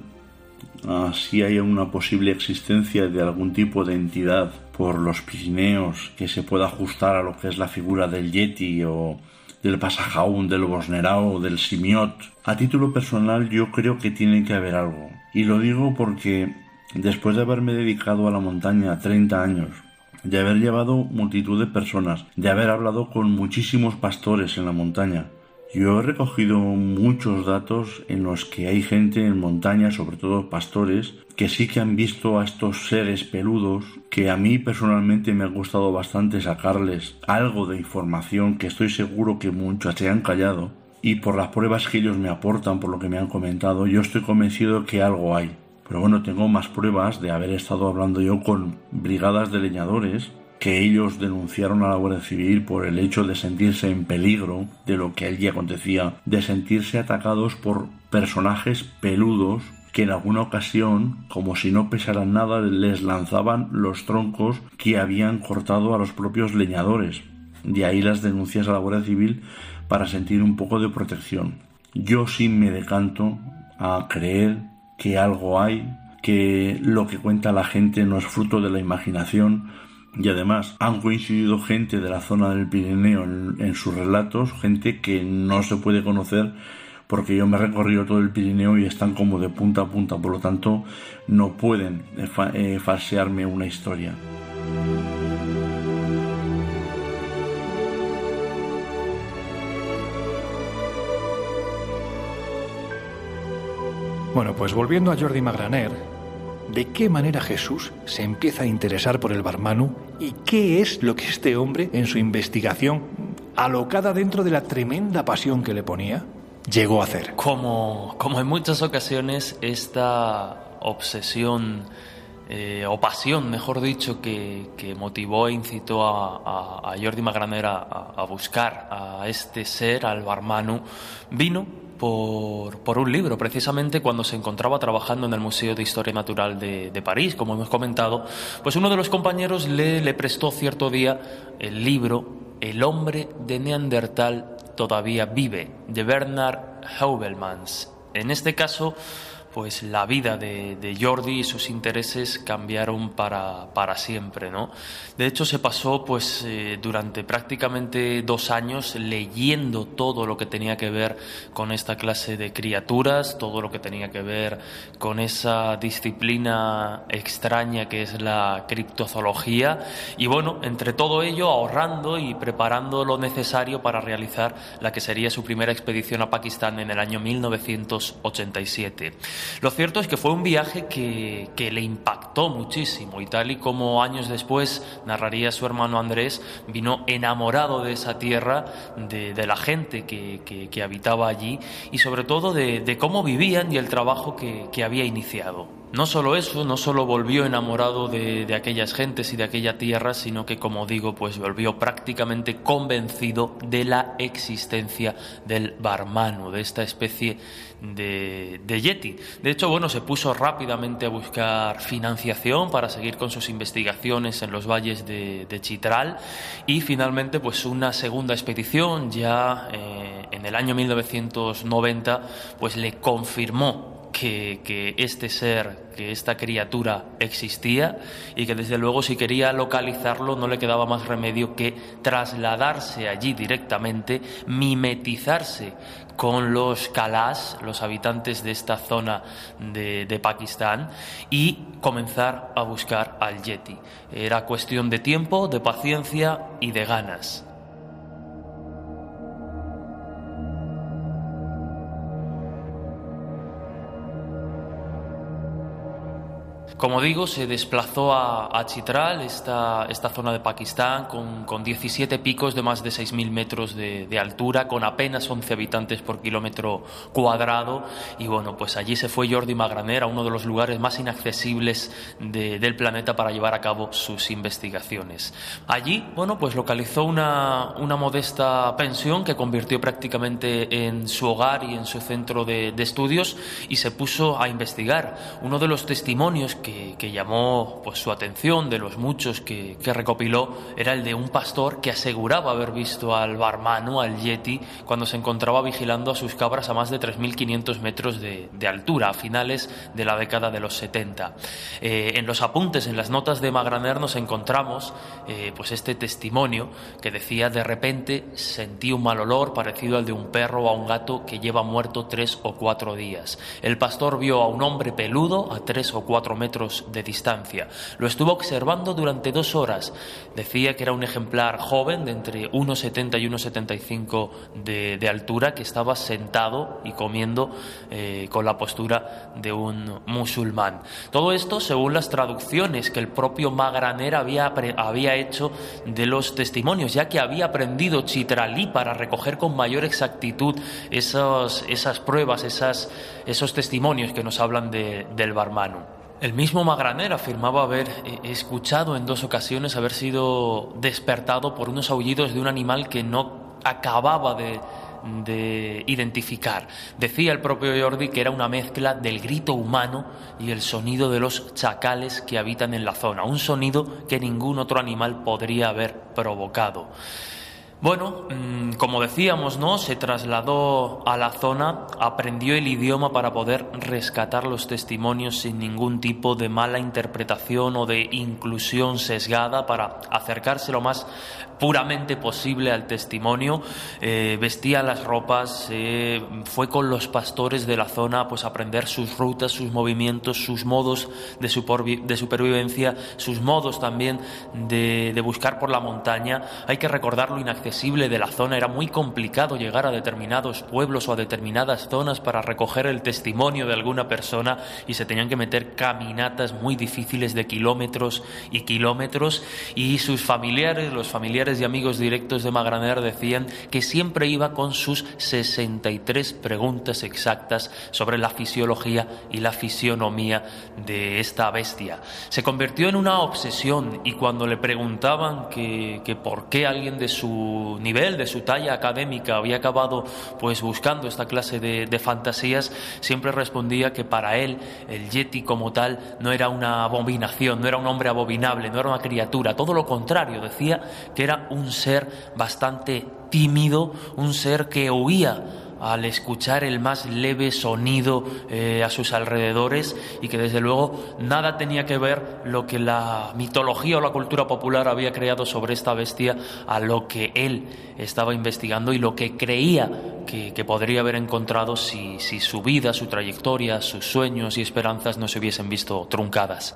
si hay una posible existencia de algún tipo de entidad por los Pirineos que se pueda ajustar a lo que es la figura del Yeti o del Basajaun, del Bosnerao, del Simiot. A título personal yo creo que tiene que haber algo. Y lo digo porque después de haberme dedicado a la montaña 30 años, de haber llevado multitud de personas, de haber hablado con muchísimos pastores en la montaña, yo he recogido muchos datos en los que hay gente en montaña, sobre todo pastores, que sí que han visto a estos seres peludos, que a mí personalmente me ha gustado bastante sacarles algo de información que estoy seguro que muchos se han callado, y por las pruebas que ellos me aportan, por lo que me han comentado, yo estoy convencido de que algo hay. Pero bueno, tengo más pruebas de haber estado hablando yo con brigadas de leñadores que ellos denunciaron a la Guardia Civil por el hecho de sentirse en peligro de lo que allí acontecía, de sentirse atacados por personajes peludos que en alguna ocasión, como si no pesaran nada, les lanzaban los troncos que habían cortado a los propios leñadores. De ahí las denuncias a la Guardia Civil para sentir un poco de protección. Yo sí me decanto a creer que algo hay, que lo que cuenta la gente no es fruto de la imaginación. Y además han coincidido gente de la zona del Pirineo en sus relatos, gente que no se puede conocer porque yo me he recorrido todo el Pirineo y están como de punta a punta, por lo tanto no pueden falsearme una historia. Bueno, pues volviendo a Jordi Magraner, ¿de qué manera Jesús se empieza a interesar por el Barmanu y qué es lo que este hombre, en su investigación, alocada dentro de la tremenda pasión que le ponía, llegó a hacer? Como en muchas ocasiones, esta obsesión o pasión, mejor dicho, que motivó e incitó a Jordi Magraner a buscar a este ser, al Barmanu, vino por un libro, precisamente cuando se encontraba trabajando en el Museo de Historia Natural de París, como hemos comentado. Pues uno de los compañeros le prestó cierto día el libro El hombre de Neandertal todavía vive, de Bernard Heuvelmans. En este caso, pues la vida de Jordi y sus intereses cambiaron para siempre, ¿no? De hecho, se pasó pues durante prácticamente 2 años leyendo todo lo que tenía que ver con esta clase de criaturas, todo lo que tenía que ver con esa disciplina extraña que es la criptozoología, y bueno, entre todo ello ahorrando y preparando lo necesario para realizar la que sería su primera expedición a Pakistán en el año 1987. Lo cierto es que fue un viaje que le impactó muchísimo, y tal y como años después narraría su hermano Andrés, vino enamorado de esa tierra, de la gente que habitaba allí, y sobre todo de cómo vivían y el trabajo que había iniciado. No solo eso, no solo volvió enamorado de aquellas gentes y de aquella tierra, sino que, como digo, pues volvió prácticamente convencido de la existencia del Barmanu, de esta especie de yeti. De hecho, bueno, se puso rápidamente a buscar financiación para seguir con sus investigaciones en los valles de Chitral, y finalmente pues una segunda expedición ya en el año 1990 pues le confirmó que este ser, que esta criatura existía, y que desde luego si quería localizarlo no le quedaba más remedio que trasladarse allí directamente, mimetizarse con los Kalas, los habitantes de esta zona de Pakistán, y comenzar a buscar al yeti. Era cuestión de tiempo, de paciencia y de ganas. Como digo, se desplazó a Chitral, esta zona de Pakistán, con 17 picos de más de 6.000 metros de altura, con apenas 11 habitantes por kilómetro cuadrado. Y bueno, pues allí se fue Jordi Magraner a uno de los lugares más inaccesibles del planeta para llevar a cabo sus investigaciones. Allí, bueno, pues localizó una modesta pensión que convirtió prácticamente en su hogar y en su centro de estudios, y se puso a investigar. Uno de los testimonios que llamó pues su atención, de los muchos que recopiló, era el de un pastor que aseguraba haber visto al Barmanu, al yeti, cuando se encontraba vigilando a sus cabras a más de 3.500 metros de altura, a finales de la década de los 70. En los apuntes, en las notas de Magraner, nos encontramos pues este testimonio que decía: de repente sentí un mal olor parecido al de un perro o a un gato que lleva muerto 3 o 4 días. El pastor vio a un hombre peludo a 3 o 4 metros de distancia. Lo estuvo observando durante 2 horas. Decía que era un ejemplar joven de entre 1,70 y 1,75 de altura, que estaba sentado y comiendo con la postura de un musulmán. Todo esto según las traducciones que el propio Magraner había hecho de los testimonios, ya que había aprendido chitralí para recoger con mayor exactitud esas pruebas, esos testimonios que nos hablan del Barmanu. El mismo Magraner afirmaba haber escuchado en 2 ocasiones haber sido despertado por unos aullidos de un animal que no acababa de identificar. Decía el propio Jordi que era una mezcla del grito humano y el sonido de los chacales que habitan en la zona, un sonido que ningún otro animal podría haber provocado. Bueno, como decíamos, ¿no?, se trasladó a la zona, aprendió el idioma para poder rescatar los testimonios sin ningún tipo de mala interpretación o de inclusión sesgada, para acercarse lo más puramente posible al testimonio. Vestía las ropas, fue con los pastores de la zona pues a aprender sus rutas, sus movimientos, sus modos de supervivencia, sus modos también de buscar por la montaña. Hay que recordar lo inaccesible inaccesible de la zona, era muy complicado llegar a determinados pueblos o a determinadas zonas para recoger el testimonio de alguna persona y se tenían que meter caminatas muy difíciles de kilómetros y kilómetros, y sus familiares, los familiares y amigos directos de Magraner decían que siempre iba con sus 63 preguntas exactas sobre la fisiología y la fisionomía de esta bestia. Se convirtió en una obsesión, y cuando le preguntaban que por qué alguien de su nivel, de su talla académica había acabado pues buscando esta clase de fantasías, siempre respondía que para él el Yeti como tal no era una abominación, no era un hombre abominable, no era una criatura, todo lo contrario, decía que era un ser bastante tímido, un ser que huía al escuchar el más leve sonido a sus alrededores, y que desde luego nada tenía que ver lo que la mitología o la cultura popular había creado sobre esta bestia a lo que él estaba investigando y lo que creía que podría haber encontrado si su vida, su trayectoria, sus sueños y esperanzas no se hubiesen visto truncadas.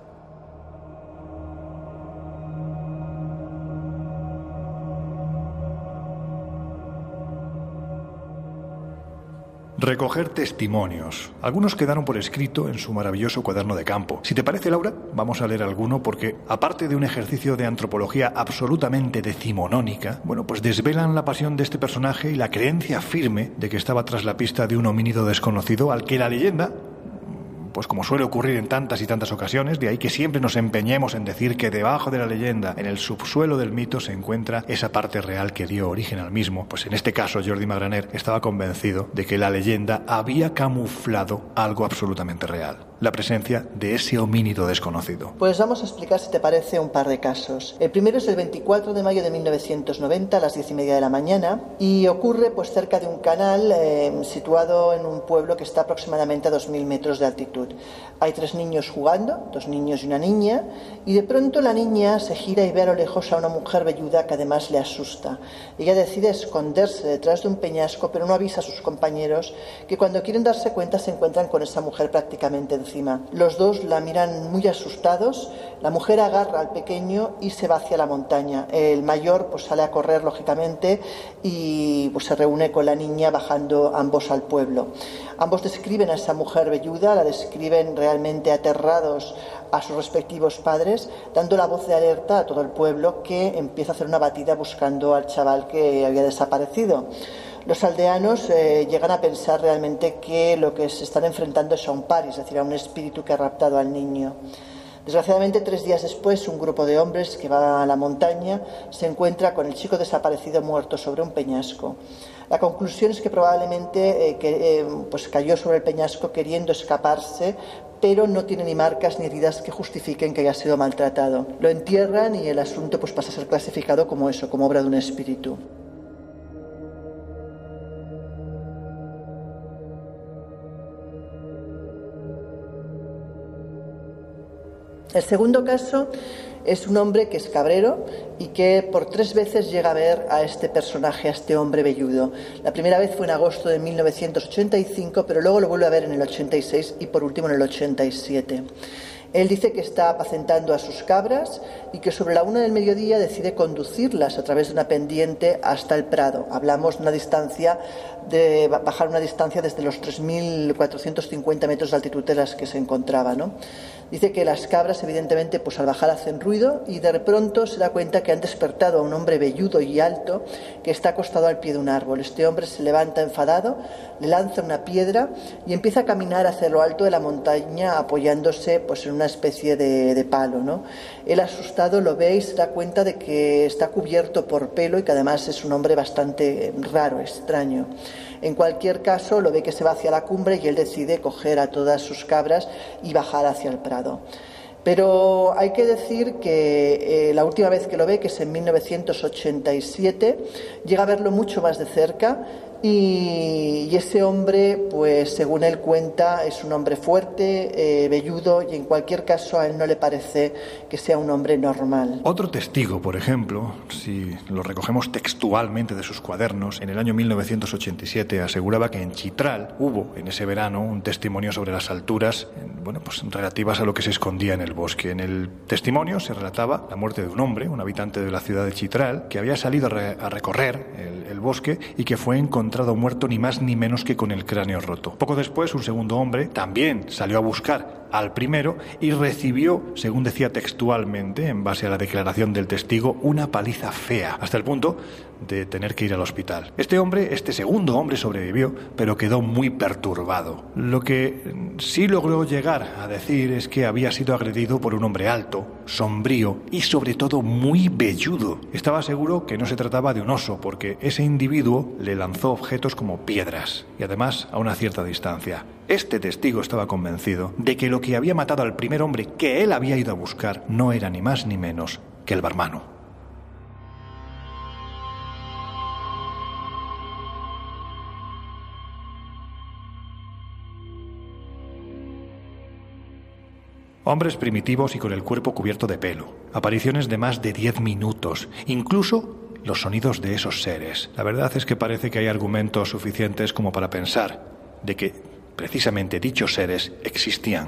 Recoger testimonios. Algunos quedaron por escrito en su maravilloso cuaderno de campo. Si te parece, Laura, vamos a leer alguno porque, aparte de un ejercicio de antropología absolutamente decimonónica, bueno, pues desvelan la pasión de este personaje y la creencia firme de que estaba tras la pista de un homínido desconocido al que la leyenda, pues como suele ocurrir en tantas y tantas ocasiones, de ahí que siempre nos empeñemos en decir que debajo de la leyenda, en el subsuelo del mito, se encuentra esa parte real que dio origen al mismo. Pues en este caso, Jordi Magraner estaba convencido de que la leyenda había camuflado algo absolutamente real: la presencia de ese homínido desconocido. Pues vamos a explicar, si te parece, un par de casos. El primero es el 24 de mayo de 1990 a las 10:30 de la mañana, y ocurre pues cerca de un canal situado en un pueblo que está aproximadamente a 2.000 metros de altitud. Hay 3 niños jugando, 2 niños y una niña, y de pronto la niña se gira y ve a lo lejos a una mujer velluda que además le asusta. Ella decide esconderse detrás de un peñasco, pero no avisa a sus compañeros, que cuando quieren darse cuenta se encuentran con esa mujer prácticamente encima. Los dos la miran muy asustados. La mujer agarra al pequeño y se va hacia la montaña. El mayor pues sale a correr, lógicamente, y pues se reúne con la niña, bajando ambos al pueblo. Ambos describen a esa mujer velluda, la describen realmente aterrados a sus respectivos padres, dando la voz de alerta a todo el pueblo, que empieza a hacer una batida buscando al chaval que había desaparecido. Los aldeanos llegan a pensar realmente que lo que se están enfrentando es a un pari, es decir, a un espíritu que ha raptado al niño. Desgraciadamente, 3 días después, un grupo de hombres que va a la montaña se encuentra con el chico desaparecido muerto sobre un peñasco. La conclusión es que probablemente pues cayó sobre el peñasco queriendo escaparse, pero no tiene ni marcas ni heridas que justifiquen que haya sido maltratado. Lo entierran y el asunto pues pasa a ser clasificado como eso, como obra de un espíritu. El segundo caso es un hombre que es cabrero y que por 3 veces llega a ver a este personaje, a este hombre velludo. La primera vez fue en agosto de 1985, pero luego lo vuelve a ver en el 86 y por último en el 87. Él dice que está apacentando a sus cabras y que sobre la 1 del mediodía decide conducirlas a través de una pendiente hasta el prado. Hablamos de una distancia, de bajar una distancia desde los 3.450 metros de altitud de las que se encontraba, ¿no? Dice que las cabras, evidentemente, pues al bajar hacen ruido, y de pronto se da cuenta que han despertado a un hombre velludo y alto que está acostado al pie de un árbol. Este hombre se levanta enfadado, le lanza una piedra y empieza a caminar hacia lo alto de la montaña, apoyándose pues en una especie de palo, ¿no? Él, asustado, lo ve y se da cuenta de que está cubierto por pelo y que además es un hombre bastante raro, extraño. En cualquier caso, lo ve que se va hacia la cumbre y él decide coger a todas sus cabras y bajar hacia el prado. Pero hay que decir que la última vez que lo ve, que es en 1987, llega a verlo mucho más de cerca y ese hombre, pues según él cuenta, es un hombre fuerte, velludo, y en cualquier caso a él no le parece que sea un hombre normal. Otro testigo, por ejemplo, si lo recogemos textualmente de sus cuadernos, en el año 1987 aseguraba que en Chitral hubo en ese verano un testimonio sobre las alturas, pues relativas a lo que se escondía en el bosque. En el testimonio se relataba la muerte de un hombre, un habitante de la ciudad de Chitral, que había salido a recorrer el bosque y que fue encontrado muerto ni más ni menos que con el cráneo roto. Poco después, un segundo hombre también salió a buscar al primero y recibió, según decía textualmente, en base a la declaración del testigo, una paliza fea, hasta el punto de tener que ir al hospital. Este segundo hombre sobrevivió, pero quedó muy perturbado. Lo que sí logró llegar a decir es que había sido agredido por un hombre alto, sombrío y sobre todo muy velludo. Estaba seguro que no se trataba de un oso, porque ese individuo le lanzó objetos como piedras y además a una cierta distancia. Este testigo estaba convencido de que lo que había matado al primer hombre que él había ido a buscar no era ni más ni menos que el barmano. Hombres primitivos y con el cuerpo cubierto de pelo, apariciones de más de 10 minutos, incluso los sonidos de esos seres. La verdad es que parece que hay argumentos suficientes como para pensar de que precisamente dichos seres existían.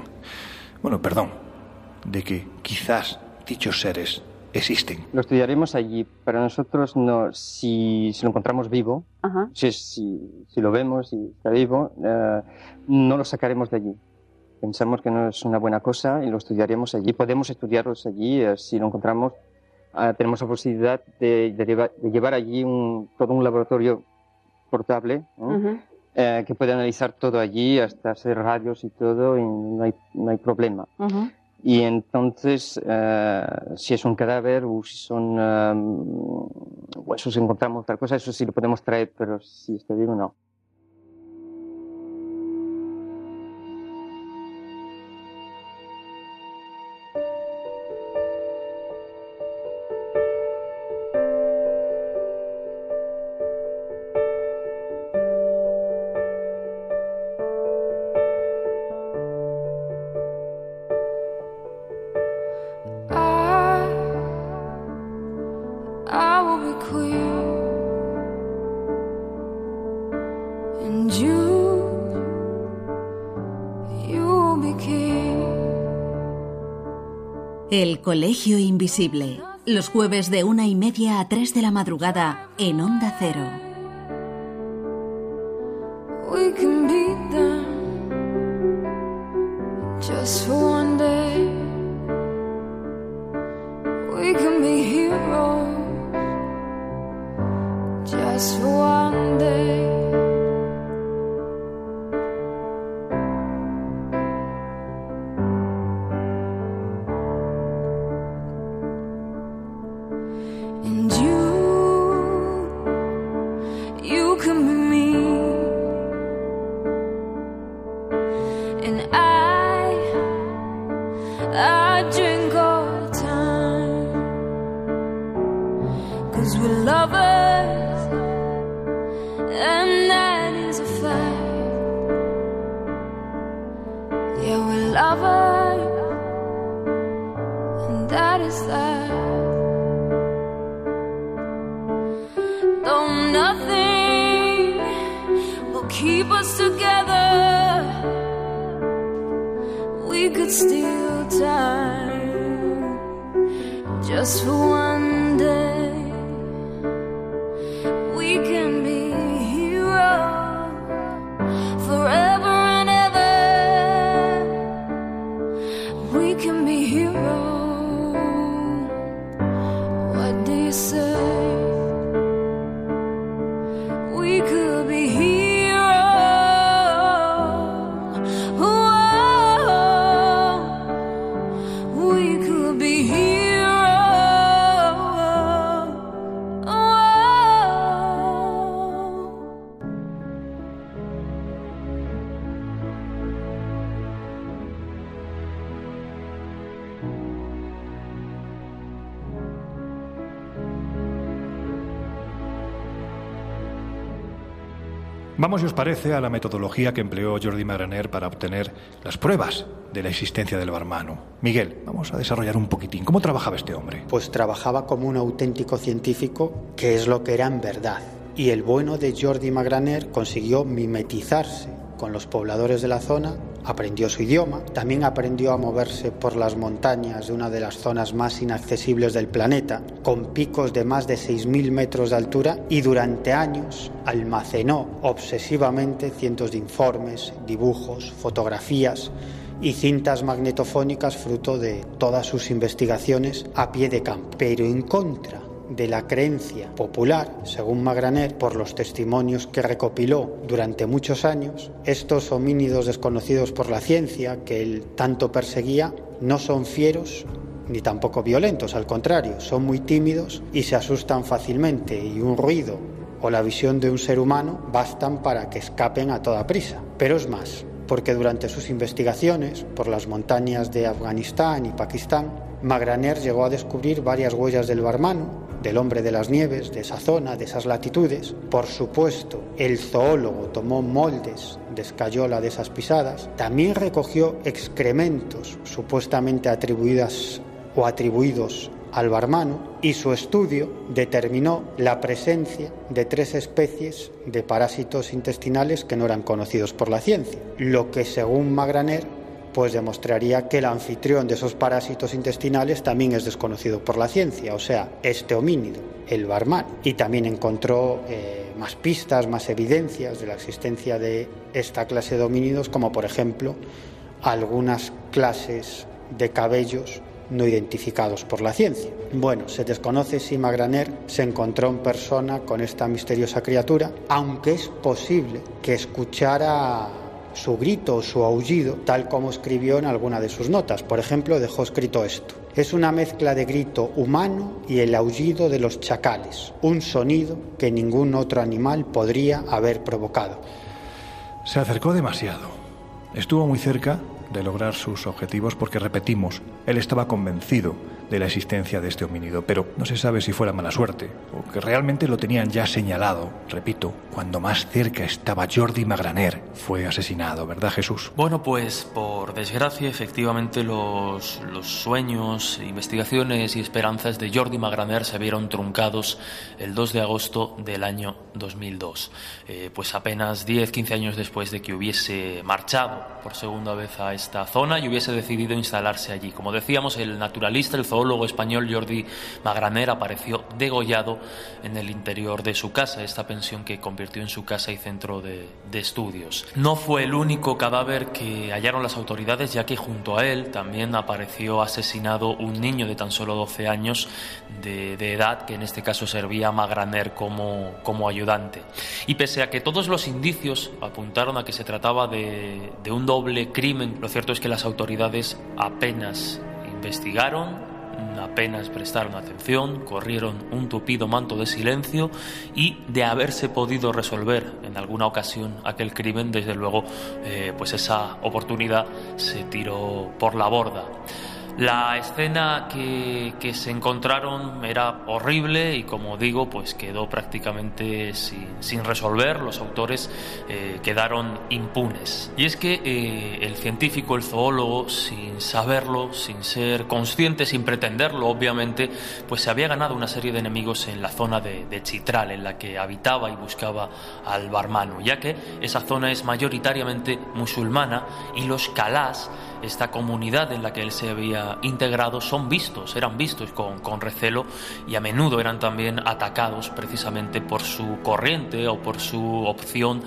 De que quizás dichos seres existen. Lo estudiaremos allí. Para nosotros, no, si lo encontramos vivo, si lo vemos y está vivo, no lo sacaremos de allí. Pensamos que no es una buena cosa y lo estudiaremos allí. Podemos estudiarlos allí. Si lo encontramos, tenemos la posibilidad de llevar allí todo un laboratorio portable, que puede analizar todo allí, hasta hacer radios y todo, y no hay problema. Y entonces, si es un cadáver o si son huesos, encontramos otra cosa, eso sí lo podemos traer, pero si está vivo, no. El Colegio Invisible, los jueves de 1:30 a 3 de la madrugada en Onda Cero. We can beat them just for one day. We can be heroes just for one day. Vamos, si os parece, a la metodología que empleó Jordi Magraner para obtener las pruebas de la existencia del Barmano. Miguel, vamos a desarrollar un poquitín. ¿Cómo trabajaba este hombre? Pues trabajaba como un auténtico científico, que es lo que era en verdad. Y el bueno de Jordi Magraner consiguió mimetizarse con los pobladores de la zona, aprendió su idioma, también aprendió a moverse por las montañas de una de las zonas más inaccesibles del planeta, con picos de más de 6.000 metros de altura, y durante años almacenó obsesivamente cientos de informes, dibujos, fotografías y cintas magnetofónicas fruto de todas sus investigaciones a pie de campo. Pero en contra de la creencia popular, según Magraner, por los testimonios que recopiló durante muchos años, estos homínidos desconocidos por la ciencia que él tanto perseguía no son fieros ni tampoco violentos, al contrario, son muy tímidos y se asustan fácilmente, y un ruido o la visión de un ser humano bastan para que escapen a toda prisa. Pero es más, porque durante sus investigaciones por las montañas de Afganistán y Pakistán, Magraner llegó a descubrir varias huellas del Barmano, del hombre de las nieves, de esa zona, de esas latitudes. Por supuesto, el zoólogo tomó moldes de escayola de esas pisadas. También recogió excrementos supuestamente atribuidos al Barmano, y su estudio determinó la presencia de 3 especies de parásitos intestinales que no eran conocidos por la ciencia, lo que, según Magraner, pues demostraría que el anfitrión de esos parásitos intestinales también es desconocido por la ciencia, o sea, este homínido, el Barmano. Y también encontró más pistas, más evidencias de la existencia de esta clase de homínidos, como por ejemplo algunas clases de cabellos no identificados por la ciencia. Bueno, se desconoce si Magraner se encontró en persona con esta misteriosa criatura, aunque es posible que escuchara su grito o su aullido, tal como escribió en alguna de sus notas. Por ejemplo, dejó escrito esto: es una mezcla de grito humano y el aullido de los chacales, un sonido que ningún otro animal podría haber provocado. Se acercó demasiado. Estuvo muy cerca de lograr sus objetivos porque, repetimos, él estaba convencido de la existencia de este homínido, pero no se sabe si fue la mala suerte o que realmente lo tenían ya señalado. Repito, cuando más cerca estaba Jordi Magraner, fue asesinado, ¿verdad, Jesús? Bueno, pues por desgracia, efectivamente, los sueños, investigaciones y esperanzas de Jordi Magraner se vieron truncados el 2 de agosto del año 2002, pues apenas 10-15 años después de que hubiese marchado por segunda vez a esta zona y hubiese decidido instalarse allí. Como decíamos, el naturalista, el zoólogo español Jordi Magraner apareció degollado en el interior de su casa, esta pensión que convirtió en su casa y centro de estudios. No fue el único cadáver que hallaron las autoridades, ya que junto a él también apareció asesinado un niño de tan solo 12 años de edad, que en este caso servía a Magraner como ayudante. Y pese a que todos los indicios apuntaron a que se trataba de un doble crimen, lo cierto es que las autoridades apenas investigaron, apenas prestaron atención, corrieron un tupido manto de silencio, y de haberse podido resolver en alguna ocasión aquel crimen, desde luego, pues esa oportunidad se tiró por la borda. La escena que se encontraron era horrible y, como digo, pues quedó prácticamente sin resolver. Los autores quedaron impunes. Y es que el científico, el zoólogo, sin saberlo, sin ser consciente, sin pretenderlo, obviamente, pues se había ganado una serie de enemigos en la zona de Chitral, en la que habitaba y buscaba al Barmano, ya que esa zona es mayoritariamente musulmana y los calás, esta comunidad en la que él se había integrado, eran vistos con recelo, y a menudo eran también atacados precisamente por su corriente o por su opción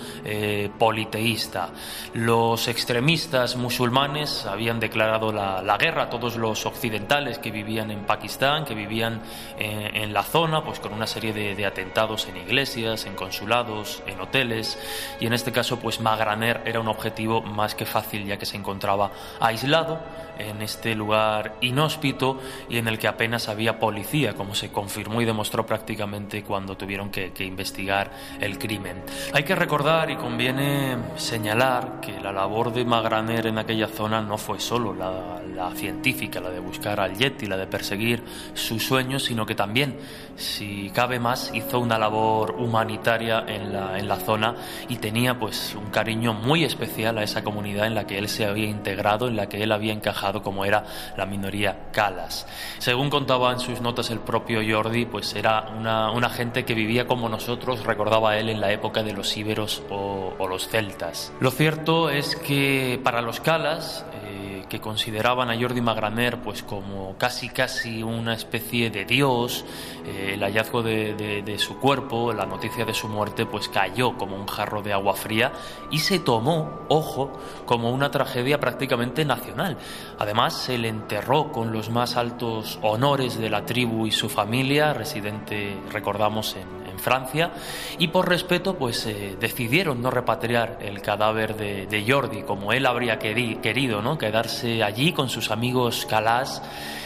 politeísta. Los extremistas musulmanes habían declarado la guerra a todos los occidentales que vivían en Pakistán, que vivían en la zona, pues con una serie de atentados en iglesias, en consulados, en hoteles, y en este caso pues Magraner era un objetivo más que fácil, ya que se encontraba aislado en este lugar lugar inhóspito y en el que apenas había policía, como se confirmó y demostró prácticamente cuando tuvieron que investigar el crimen. Hay que recordar y conviene señalar que la labor de Magraner en aquella zona no fue solo la científica, la de buscar al Yeti, la de perseguir sus sueños, sino que también, si cabe más, hizo una labor humanitaria en la zona y tenía pues un cariño muy especial a esa comunidad en la que él se había integrado, en la que él había encajado, como era la minoría Calas. Según contaba en sus notas el propio Jordi, pues era una gente que vivía como nosotros, recordaba él, en la época de los íberos o los celtas. Lo cierto es que para los Calas, que consideraban a Jordi Magraner pues como casi una especie de dios, el hallazgo de su cuerpo, la noticia de su muerte, pues cayó como un jarro de agua fría y se tomó, ojo, como una tragedia prácticamente nacional. Además, se le enterró con los más altos honores de la tribu y su familia, residente, recordamos, en Francia, y por respeto pues decidieron no repatriar el cadáver de Jordi, como él habría querido, ¿no? Quedarse allí con sus amigos Calas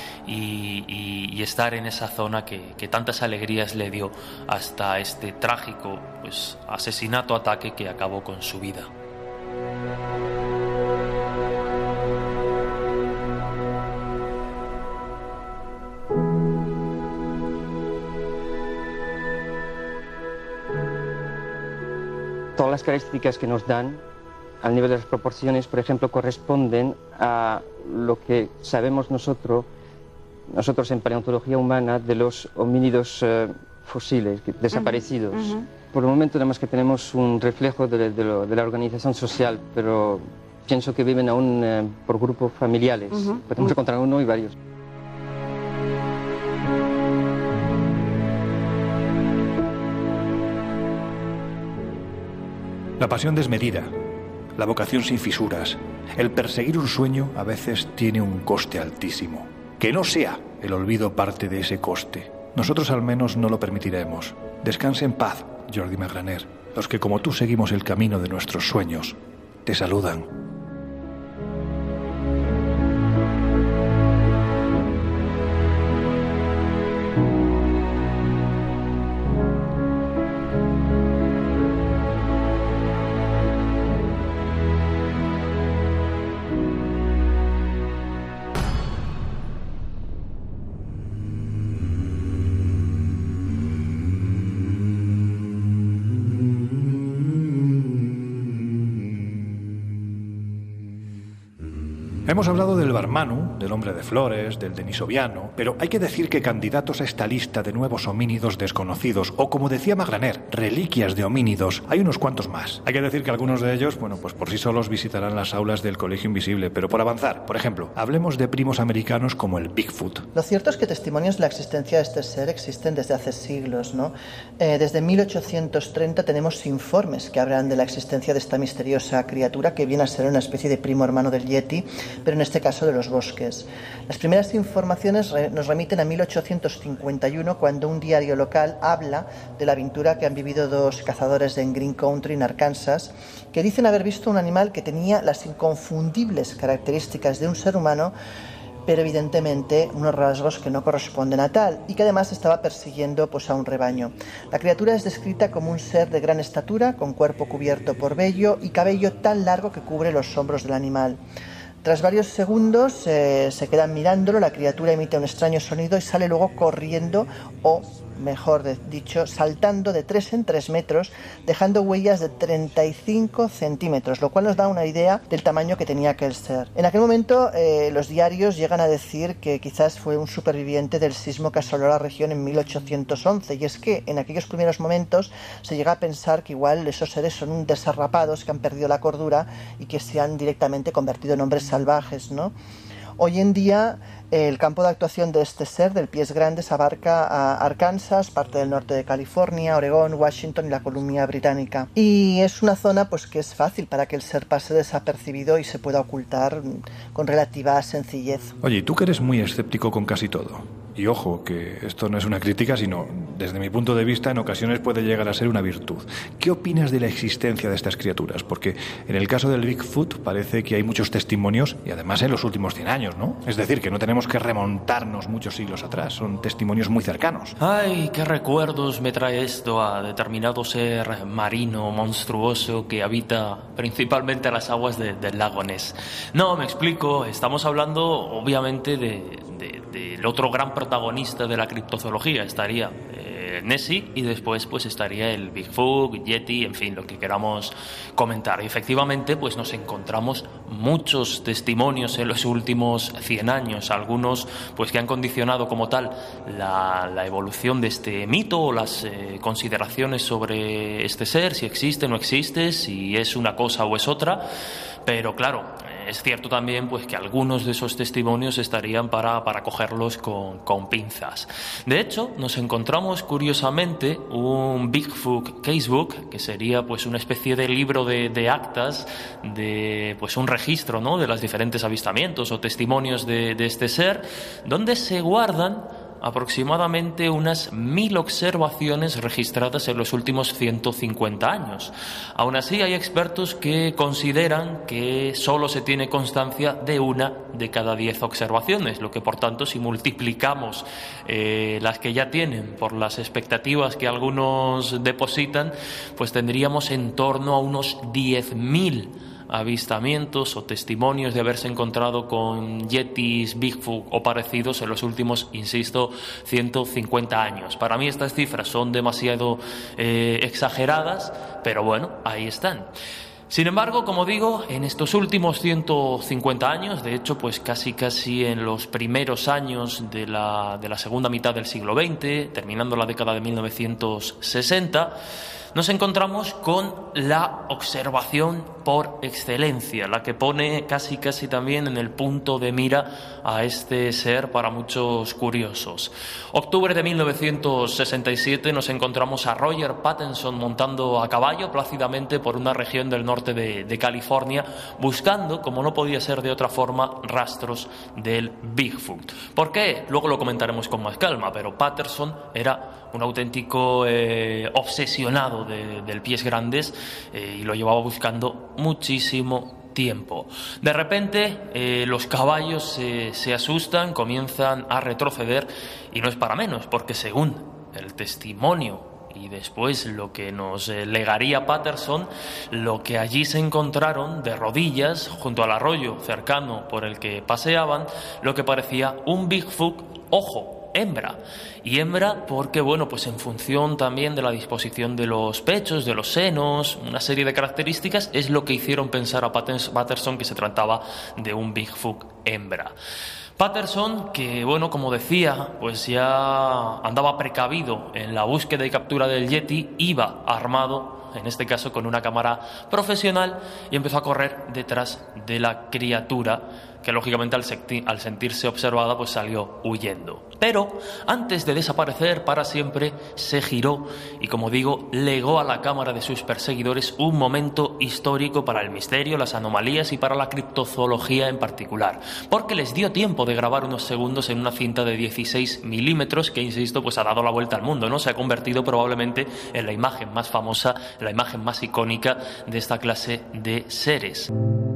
y estar en esa zona que tantas alegrías le dio hasta este trágico pues asesinato-ataque que acabó con su vida. Todas las características que nos dan al nivel de las proporciones, por ejemplo, corresponden a lo que sabemos nosotros en paleontología humana de los homínidos fósiles, desaparecidos. Por el momento nada más que tenemos un reflejo de la organización social, pero pienso que viven aún por grupos familiares. Podemos encontrar uno y varios. La pasión desmedida, la vocación sin fisuras, el perseguir un sueño a veces tiene un coste altísimo. Que no sea el olvido parte de ese coste. Nosotros al menos no lo permitiremos. Descanse en paz, Jordi Magraner. Los que como tú seguimos el camino de nuestros sueños, te saludan. Hemos hablado del Barmanu, del hombre de flores, del denisoviano, pero hay que decir que candidatos a esta lista de nuevos homínidos desconocidos, o como decía Magraner, reliquias de homínidos, hay unos cuantos más. Hay que decir que algunos de ellos, bueno, pues por sí solos visitarán las aulas del Colegio Invisible, pero por avanzar, por ejemplo, hablemos de primos americanos como el Bigfoot. Lo cierto es que testimonios de la existencia de este ser existen desde hace siglos, ¿no? Desde 1830 tenemos informes que hablan de la existencia de esta misteriosa criatura que viene a ser una especie de primo hermano del Yeti, pero en este caso de los bosques. Las primeras informaciones nos remiten a 1851, cuando un diario local habla de la aventura que han vivido dos cazadores en Green Country, en Arkansas, que dicen haber visto un animal que tenía las inconfundibles características de un ser humano, pero evidentemente unos rasgos que no corresponden a tal, y que además estaba persiguiendo pues a un rebaño. La criatura es descrita como un ser de gran estatura, con cuerpo cubierto por vello y cabello tan largo que cubre los hombros del animal. Tras varios segundos se quedan mirándolo, la criatura emite un extraño sonido y sale luego corriendo, o mejor dicho, saltando de 3 en 3 metros, dejando huellas de 35 centímetros, lo cual nos da una idea del tamaño que tenía aquel ser. En aquel momento los diarios llegan a decir que quizás fue un superviviente del sismo que asoló la región en 1811, y es que en aquellos primeros momentos se llega a pensar que igual esos seres son un desarrapados que han perdido la cordura y que se han directamente convertido en hombres salvajes, ¿no? Hoy en día el campo de actuación de este ser del pies grandes abarca a Arkansas, parte del norte de California, Oregón, Washington y la Columbia Británica. Y es una zona pues que es fácil para que el ser pase desapercibido y se pueda ocultar con relativa sencillez. Oye, ¿y tú que eres muy escéptico con casi todo? y ojo, que esto no es una crítica, sino desde mi punto de vista en ocasiones puede llegar a ser una virtud. ¿Qué opinas de la existencia de estas criaturas? Porque en el caso del Bigfoot parece que hay muchos testimonios, y además en los últimos 100 años, ¿no? Es decir, que no tenemos que remontarnos muchos siglos atrás, son testimonios muy cercanos. Ay, qué recuerdos me trae esto a determinado ser marino monstruoso que habita principalmente las aguas del lago Ness. No, me explico, estamos hablando obviamente del otro gran protagonista de la criptozoología. Estaría Nessie y después pues estaría el Bigfoot, Yeti, en fin, lo que queramos comentar. Y efectivamente pues nos encontramos muchos testimonios en los últimos 100 años, algunos pues que han condicionado como tal la evolución de este mito o las consideraciones sobre este ser, si existe o no existe, si es una cosa o es otra. Pero claro, es cierto también pues que algunos de esos testimonios estarían para cogerlos con pinzas. De hecho, nos encontramos curiosamente un Bigfoot Casebook, que sería pues una especie de libro de actas, de pues un registro, ¿no?, de los diferentes avistamientos o testimonios de este ser, donde se guardan aproximadamente unas 1000 observaciones registradas en los últimos 150 años. Aún así, hay expertos que consideran que solo se tiene constancia de 1 de cada 10 observaciones, lo que por tanto, si multiplicamos las que ya tienen por las expectativas que algunos depositan, pues tendríamos en torno a unos 10.000 avistamientos o testimonios de haberse encontrado con yetis, Bigfoot o parecidos en los últimos, insisto, 150 años. Para mí estas cifras son demasiado exageradas, pero bueno, ahí están. Sin embargo, como digo, en estos últimos 150 años, de hecho, pues casi en los primeros años de la segunda mitad del siglo XX, terminando la década de 1960, nos encontramos con la observación por excelencia, la que pone casi también en el punto de mira a este ser para muchos curiosos. Octubre de 1967 nos encontramos a Roger Pattinson montando a caballo plácidamente por una región del norte de California, buscando, como no podía ser de otra forma, rastros del Bigfoot. ¿Por qué? Luego lo comentaremos con más calma, pero Patterson era un auténtico obsesionado del pies grandes y lo llevaba buscando muchísimo tiempo. De repente los caballos se asustan, comienzan a retroceder y no es para menos, porque según el testimonio y después lo que nos legaría Patterson, lo que allí se encontraron de rodillas junto al arroyo cercano por el que paseaban, lo que parecía un Bigfoot, ojo, hembra. Y hembra porque, bueno, pues en función también de la disposición de los pechos, de los senos, una serie de características, es lo que hicieron pensar a Patterson que se trataba de un Bigfoot hembra. Patterson, que bueno, como decía, pues ya andaba precavido en la búsqueda y captura del Yeti, iba armado, en este caso con una cámara profesional, y empezó a correr detrás de la criatura, que lógicamente al sentirse observada pues salió huyendo. Pero antes de desaparecer para siempre se giró y, como digo, legó a la cámara de sus perseguidores un momento histórico para el misterio, las anomalías y para la criptozoología en particular, porque les dio tiempo de grabar unos segundos en una cinta de 16 milímetros que, insisto, pues ha dado la vuelta al mundo, ¿no? Se ha convertido probablemente en la imagen más famosa, la imagen más icónica de esta clase de seres.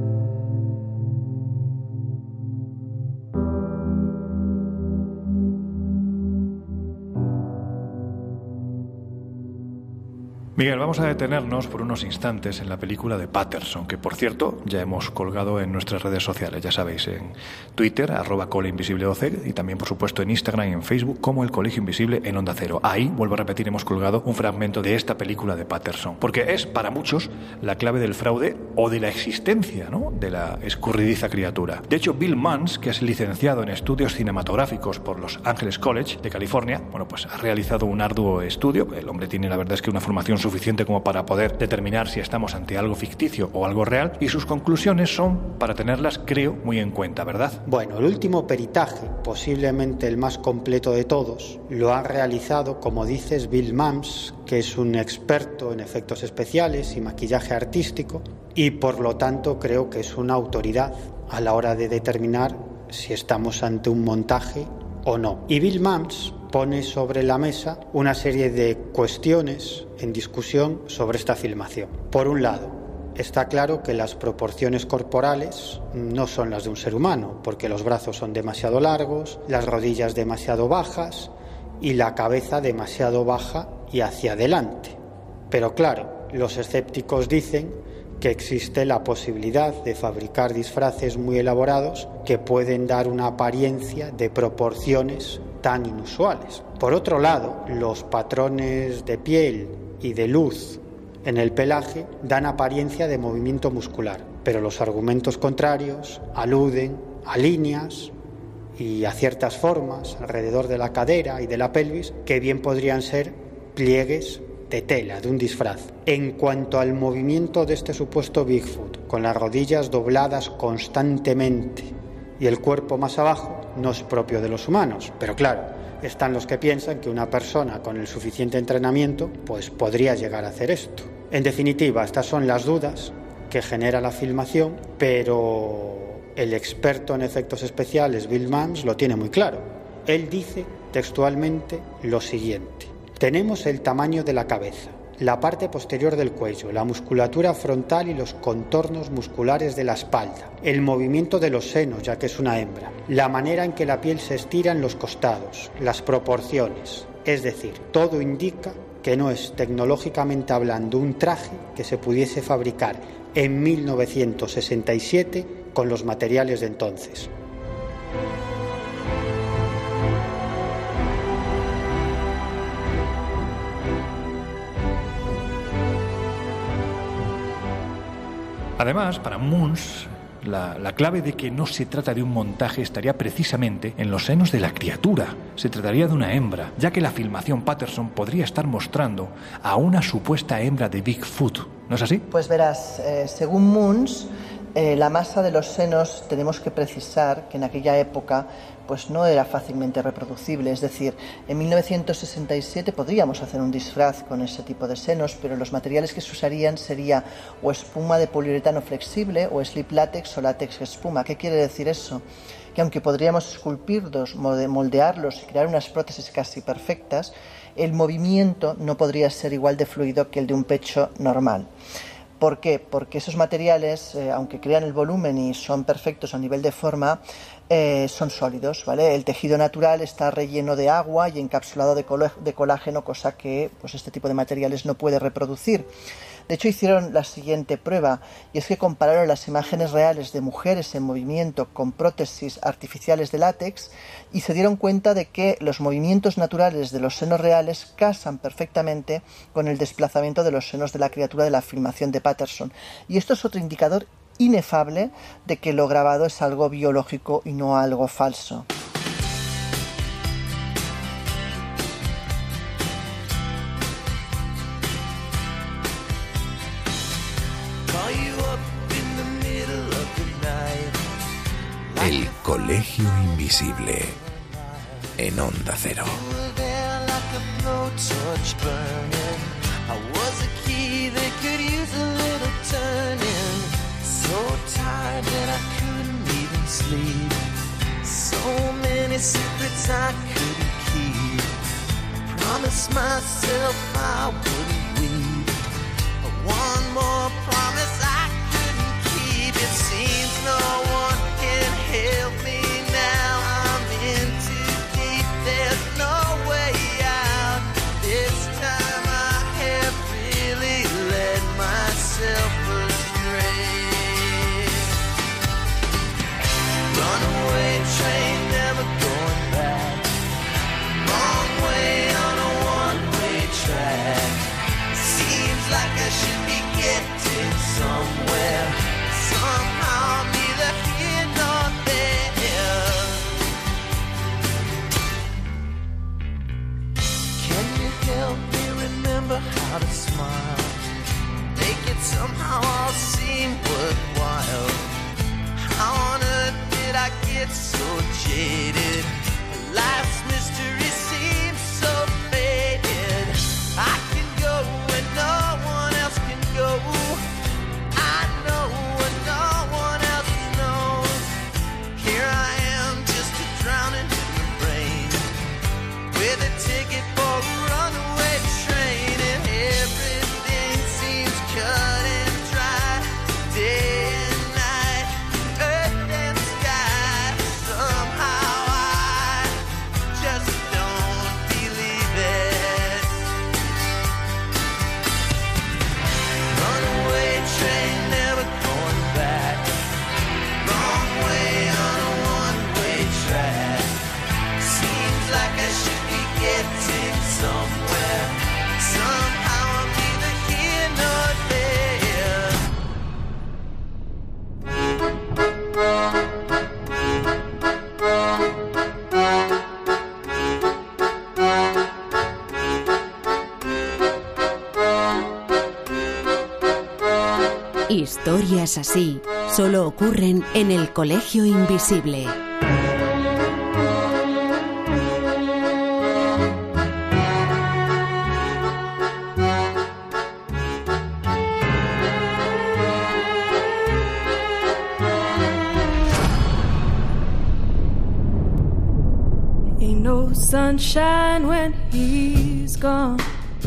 Miguel, vamos a detenernos por unos instantes en la película de Patterson, que por cierto ya hemos colgado en nuestras redes sociales, ya sabéis, en Twitter, @ColeInvisibleOC, y también por supuesto en Instagram y en Facebook como El Colegio Invisible en Onda Cero. Ahí, vuelvo a repetir, hemos colgado un fragmento de esta película de Patterson, porque es para muchos la clave del fraude o de la existencia, ¿no?, de la escurridiza criatura. De hecho, Bill Mans, que es licenciado en estudios cinematográficos por Los Angeles College de California, bueno, pues ha realizado un arduo estudio. El hombre tiene, la verdad es que una formación suficiente como para poder determinar si estamos ante algo ficticio o algo real, y sus conclusiones son para tenerlas, creo, muy en cuenta, ¿verdad? Bueno, el último peritaje, posiblemente el más completo de todos, lo ha realizado, como dices, Bill Mans, que es un experto en efectos especiales y maquillaje artístico, y por lo tanto creo que es una autoridad a la hora de determinar si estamos ante un montaje o no. Y Bill Mams pone sobre la mesa una serie de cuestiones en discusión sobre esta filmación. Por un lado, está claro que las proporciones corporales no son las de un ser humano, porque los brazos son demasiado largos, las rodillas demasiado bajas y la cabeza demasiado baja y hacia adelante. Pero claro, los escépticos dicen que existe la posibilidad de fabricar disfraces muy elaborados que pueden dar una apariencia de proporciones tan inusuales. Por otro lado, los patrones de piel y de luz en el pelaje dan apariencia de movimiento muscular, pero los argumentos contrarios aluden a líneas y a ciertas formas alrededor de la cadera y de la pelvis que bien podrían ser pliegues de tela, de un disfraz. En cuanto al movimiento de este supuesto Bigfoot, con las rodillas dobladas constantemente y el cuerpo más abajo, no es propio de los humanos, pero claro, están los que piensan que una persona con el suficiente entrenamiento pues podría llegar a hacer esto. En definitiva, estas son las dudas que genera la filmación, pero el experto en efectos especiales, Bill Mams, lo tiene muy claro. Él dice textualmente lo siguiente: tenemos el tamaño de la cabeza, la parte posterior del cuello, la musculatura frontal y los contornos musculares de la espalda, el movimiento de los senos, ya que es una hembra, la manera en que la piel se estira en los costados, las proporciones. Es decir, todo indica que no es tecnológicamente hablando un traje que se pudiese fabricar en 1967 con los materiales de entonces. Además, para Moons, la clave de que no se trata de un montaje estaría precisamente en los senos de la criatura. Se trataría de una hembra, ya que la filmación Patterson podría estar mostrando a una supuesta hembra de Bigfoot. ¿No es así? Pues verás, según Moons, la masa de los senos tenemos que precisar que en aquella época pues no era fácilmente reproducible, es decir, en 1967 podríamos hacer un disfraz con ese tipo de senos, pero los materiales que se usarían sería o espuma de poliuretano flexible o slip látex o látex espuma. ¿Qué quiere decir eso? Que aunque podríamos esculpirlos, moldearlos y crear unas prótesis casi perfectas, el movimiento no podría ser igual de fluido que el de un pecho normal. ¿Por qué? Porque esos materiales, aunque crean el volumen y son perfectos a nivel de forma, son sólidos, ¿vale? El tejido natural está relleno de agua y encapsulado de colágeno, cosa que pues, este tipo de materiales no puede reproducir. De hecho, hicieron la siguiente prueba, y es que compararon las imágenes reales de mujeres en movimiento con prótesis artificiales de látex y se dieron cuenta de que los movimientos naturales de los senos reales casan perfectamente con el desplazamiento de los senos de la criatura de la filmación de Patterson. Y esto es otro indicador inefable de que lo grabado es algo biológico y no algo falso. El Colegio Invisible en Onda Cero. Help me now, I'm in too deep, there's no way out. This time I have really led myself astray. Runaway train, never going back. Wrong way on a one-way track. Seems like I should be getting somewhere. Somehow I'm neither here nor there. Can you help me remember how to smile? Make it somehow all seem worthwhile. How on earth did I get so jaded? Life's mystery seems so faded. I can go where no one else can go. I know what no one else knows. Here I am, just a drowning in the brain. Historias así solo ocurren en el Colegio Invisible. Ain't no sunshine when he's gone.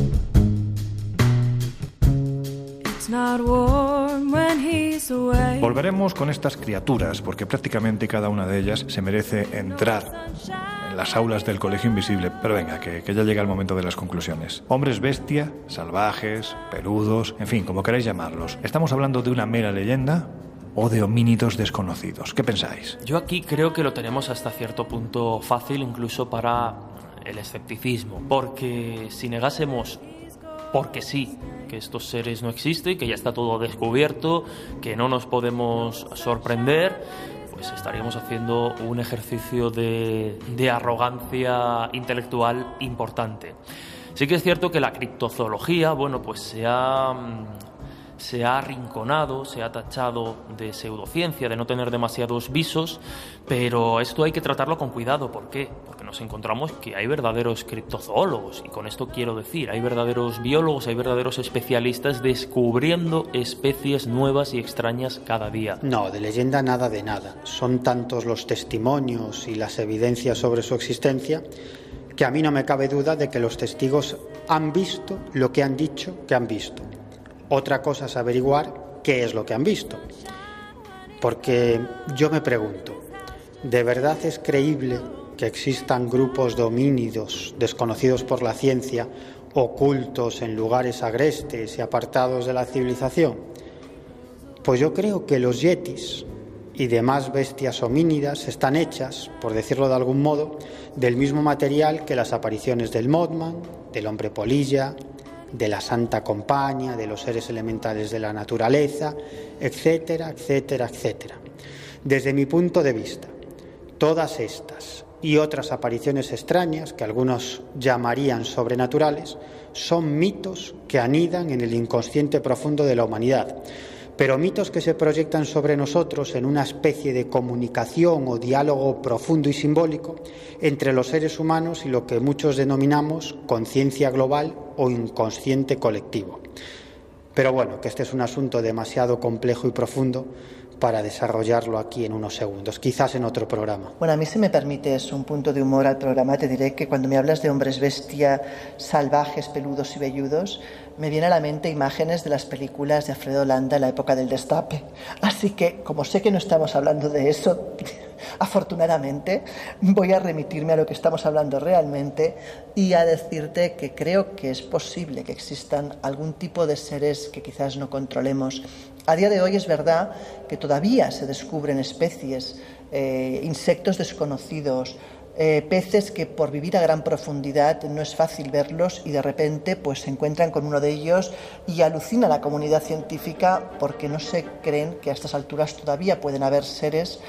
It's not warm when he's away. Volveremos con estas criaturas, porque prácticamente cada una de ellas se merece entrar en las aulas del Colegio Invisible. Pero venga, que ya llega el momento de las conclusiones. Hombres bestia, salvajes, peludos, en fin, como queráis llamarlos. ¿Estamos hablando de una mera leyenda o de homínidos desconocidos? ¿Qué pensáis? Yo aquí creo que lo tenemos hasta cierto punto fácil, incluso para el escepticismo, porque si negásemos, porque sí, que estos seres no existen, que ya está todo descubierto, que no nos podemos sorprender, pues estaríamos haciendo un ejercicio de arrogancia intelectual importante. Sí que es cierto que la criptozoología, bueno, pues se ha arrinconado, se ha tachado de pseudociencia, de no tener demasiados visos, pero esto hay que tratarlo con cuidado. ¿Por qué? Porque nos encontramos que hay verdaderos criptozoólogos, y con esto quiero decir, hay verdaderos biólogos, hay verdaderos especialistas descubriendo especies nuevas y extrañas cada día. No, de leyenda nada de nada. Son tantos los testimonios y las evidencias sobre su existencia que a mí no me cabe duda de que los testigos han visto lo que han dicho que han visto. Otra cosa es averiguar qué es lo que han visto. Porque yo me pregunto, ¿de verdad es creíble que existan grupos de homínidos desconocidos por la ciencia, ocultos en lugares agrestes y apartados de la civilización? Pues yo creo que los yetis y demás bestias homínidas están hechas, por decirlo de algún modo, del mismo material que las apariciones del Mothman, del hombre polilla, de la Santa Compañía, de los seres elementales de la naturaleza, etcétera, etcétera, etcétera. Desde mi punto de vista, todas estas y otras apariciones extrañas, que algunos llamarían sobrenaturales, son mitos que anidan en el inconsciente profundo de la humanidad, pero mitos que se proyectan sobre nosotros en una especie de comunicación o diálogo profundo y simbólico entre los seres humanos y lo que muchos denominamos conciencia global o inconsciente colectivo. Pero bueno, que este es un asunto demasiado complejo y profundo para desarrollarlo aquí en unos segundos, quizás en otro programa. Bueno, a mí, si me permites un punto de humor al programa, te diré que cuando me hablas de hombres bestia, salvajes, peludos y velludos, me vienen a la mente imágenes de las películas de Alfredo Landa en la época del Destape. Así que, como sé que no estamos hablando de eso, afortunadamente, voy a remitirme a lo que estamos hablando realmente y a decirte que creo que es posible que existan algún tipo de seres que quizás no controlemos. A día de hoy es verdad que todavía se descubren especies, insectos desconocidos, peces que por vivir a gran profundidad no es fácil verlos y de repente pues se encuentran con uno de ellos y alucina la comunidad científica porque no se creen que a estas alturas todavía pueden haber seres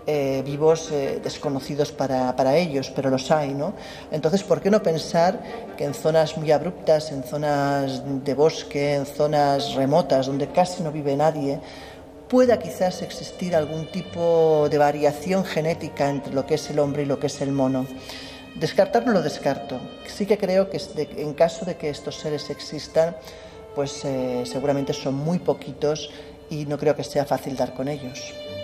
vivos desconocidos para ellos, pero los hay, ¿no? Entonces, ¿por qué no pensar que en zonas muy abruptas, en zonas de bosque, en zonas remotas donde casi no vive nadie, pueda quizás existir algún tipo de variación genética entre lo que es el hombre y lo que es el mono? Descartar no lo descarto. Sí que creo que en caso de que estos seres existan, pues seguramente son muy poquitos y no creo que sea fácil dar con ellos.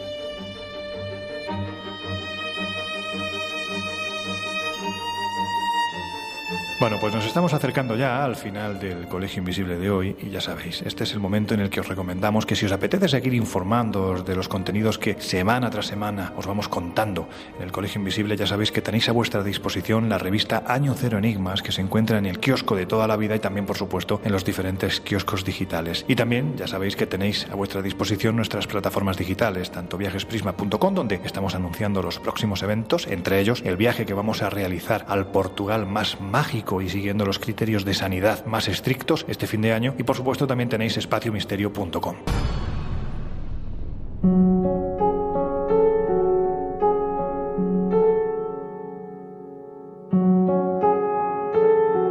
Bueno, pues nos estamos acercando ya al final del Colegio Invisible de hoy y ya sabéis, este es el momento en el que os recomendamos que si os apetece seguir informándoos de los contenidos que semana tras semana os vamos contando en el Colegio Invisible, ya sabéis que tenéis a vuestra disposición la revista Año Cero Enigmas, que se encuentra en el kiosco de toda la vida y también, por supuesto, en los diferentes kioscos digitales. Y también ya sabéis que tenéis a vuestra disposición nuestras plataformas digitales, tanto viajesprisma.com, donde estamos anunciando los próximos eventos, entre ellos el viaje que vamos a realizar al Portugal más mágico y siguiendo los criterios de sanidad más estrictos este fin de año, y por supuesto también tenéis espaciomisterio.com.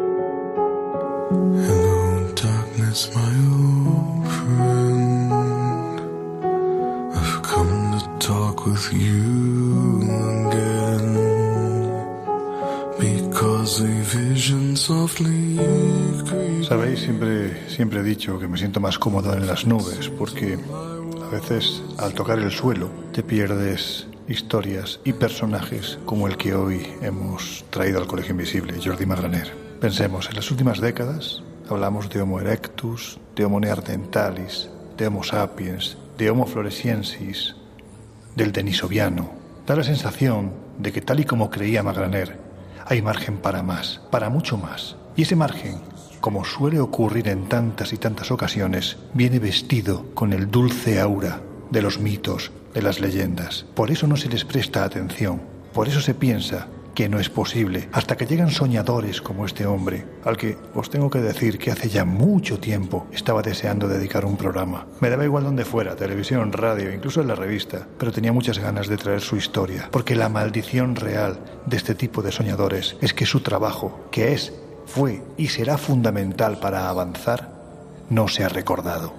Hello, darkness, my old friend. talk with you again, because a vision softly creeps. Sabéis, siempre he dicho que me siento más cómodo en las nubes, porque a veces al tocar el suelo te pierdes historias y personajes como el que hoy hemos traído al Colegio Invisible, Jordi Magraner. Pensemos, en las últimas décadas hablamos de Homo erectus, de Homo neanderthalis, de Homo sapiens, de Homo floresiensis, del denisoviano. Da la sensación de que, tal y como creía Magraner, hay margen para más, para mucho más. Y ese margen, como suele ocurrir en tantas y tantas ocasiones, viene vestido con el dulce aura de los mitos, de las leyendas. Por eso no se les presta atención, por eso se piensa que no es posible, hasta que llegan soñadores como este hombre, al que os tengo que decir que hace ya mucho tiempo estaba deseando dedicar un programa. Me daba igual donde fuera, televisión, radio, incluso en la revista, pero tenía muchas ganas de traer su historia, porque la maldición real de este tipo de soñadores es que su trabajo, que es, fue y será fundamental para avanzar, no se ha recordado.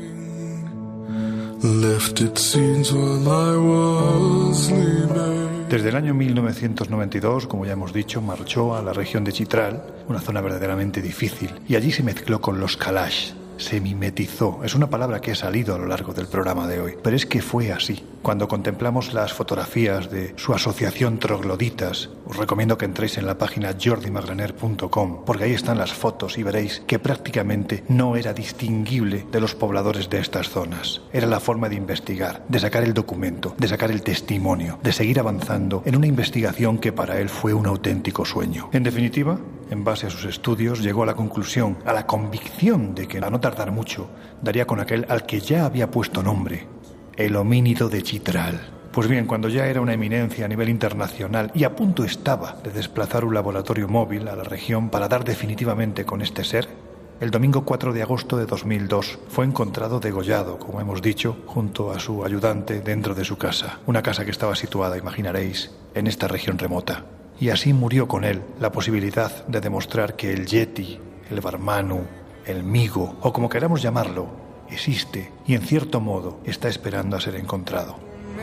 Desde el año 1992, como ya hemos dicho, marchó a la región de Chitral, una zona verdaderamente difícil, y allí se mezcló con los Kalash, se mimetizó. Es una palabra que ha salido a lo largo del programa de hoy, pero es que fue así. Cuando contemplamos las fotografías de su asociación Trogloditas, os recomiendo que entréis en la página jordimagraner.com, porque ahí están las fotos y veréis que prácticamente no era distinguible de los pobladores de estas zonas. Era la forma de investigar, de sacar el documento, de sacar el testimonio, de seguir avanzando en una investigación que para él fue un auténtico sueño. En definitiva, en base a sus estudios, llegó a la conclusión, a la convicción de que a no tardar mucho, daría con aquel al que ya había puesto nombre, el homínido de Chitral. Pues bien, cuando ya era una eminencia a nivel internacional y a punto estaba de desplazar un laboratorio móvil a la región para dar definitivamente con este ser, el domingo 4 de agosto de 2002 fue encontrado degollado, como hemos dicho, junto a su ayudante dentro de su casa. Una casa que estaba situada, imaginaréis, en esta región remota. Y así murió con él la posibilidad de demostrar que el Yeti, el Barmanu, el Migo, o como queramos llamarlo, existe y en cierto modo está esperando a ser encontrado.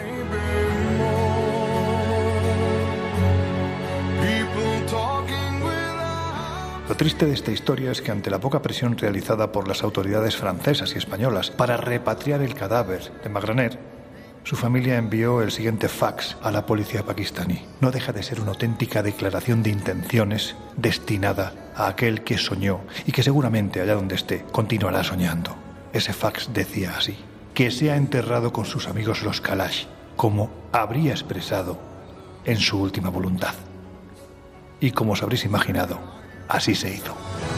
Lo triste de esta historia es que ante la poca presión realizada por las autoridades francesas y españolas para repatriar el cadáver de Magraner, su familia envió el siguiente fax a la policía pakistaní. No deja de ser una auténtica declaración de intenciones destinada a aquel que soñó y que seguramente allá donde esté continuará soñando. Ese fax decía así: que sea enterrado con sus amigos los Kalash, como habría expresado en su última voluntad. Y como os habréis imaginado, así se hizo.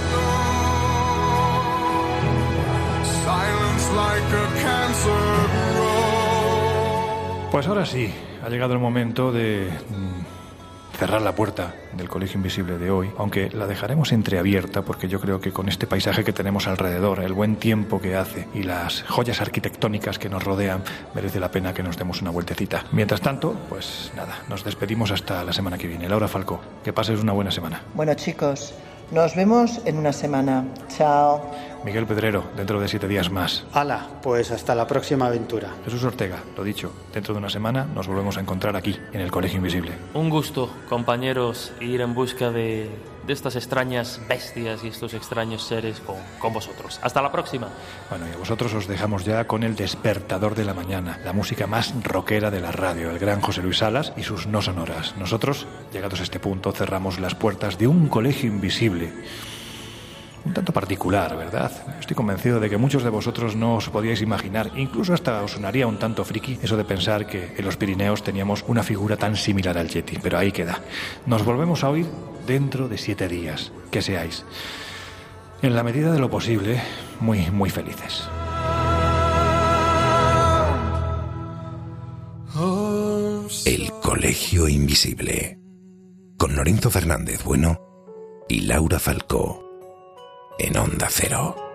Pues ahora sí, ha llegado el momento de cerrar la puerta del Colegio Invisible de hoy, aunque la dejaremos entreabierta porque yo creo que con este paisaje que tenemos alrededor, el buen tiempo que hace y las joyas arquitectónicas que nos rodean, merece la pena que nos demos una vueltecita. Mientras tanto, pues nada, nos despedimos hasta la semana que viene. Laura Falcó, que pases una buena semana. Bueno, chicos, nos vemos en una semana. Chao. Miguel Pedrero, dentro de 7 días más. ¡Hala! Pues hasta la próxima aventura. Jesús Ortega, lo dicho, dentro de una semana nos volvemos a encontrar aquí, en el Colegio Invisible. Un gusto, compañeros, ir en busca de estas extrañas bestias y estos extraños seres con vosotros. Hasta la próxima. Bueno, y a vosotros os dejamos ya con el despertador de la mañana, la música más rockera de la radio, el gran José Luis Salas y sus no sonoras. Nosotros, llegados a este punto, cerramos las puertas de un Colegio Invisible. Un tanto particular, ¿verdad? Estoy convencido de que muchos de vosotros no os podíais imaginar, incluso hasta os sonaría un tanto friki, eso de pensar que en los Pirineos teníamos una figura tan similar al Yeti, pero ahí queda. Nos volvemos a oír dentro de 7 días. Que seáis, en la medida de lo posible, muy, muy felices. El Colegio Invisible, con Lorenzo Fernández Bueno y Laura Falcó, en Onda Cero.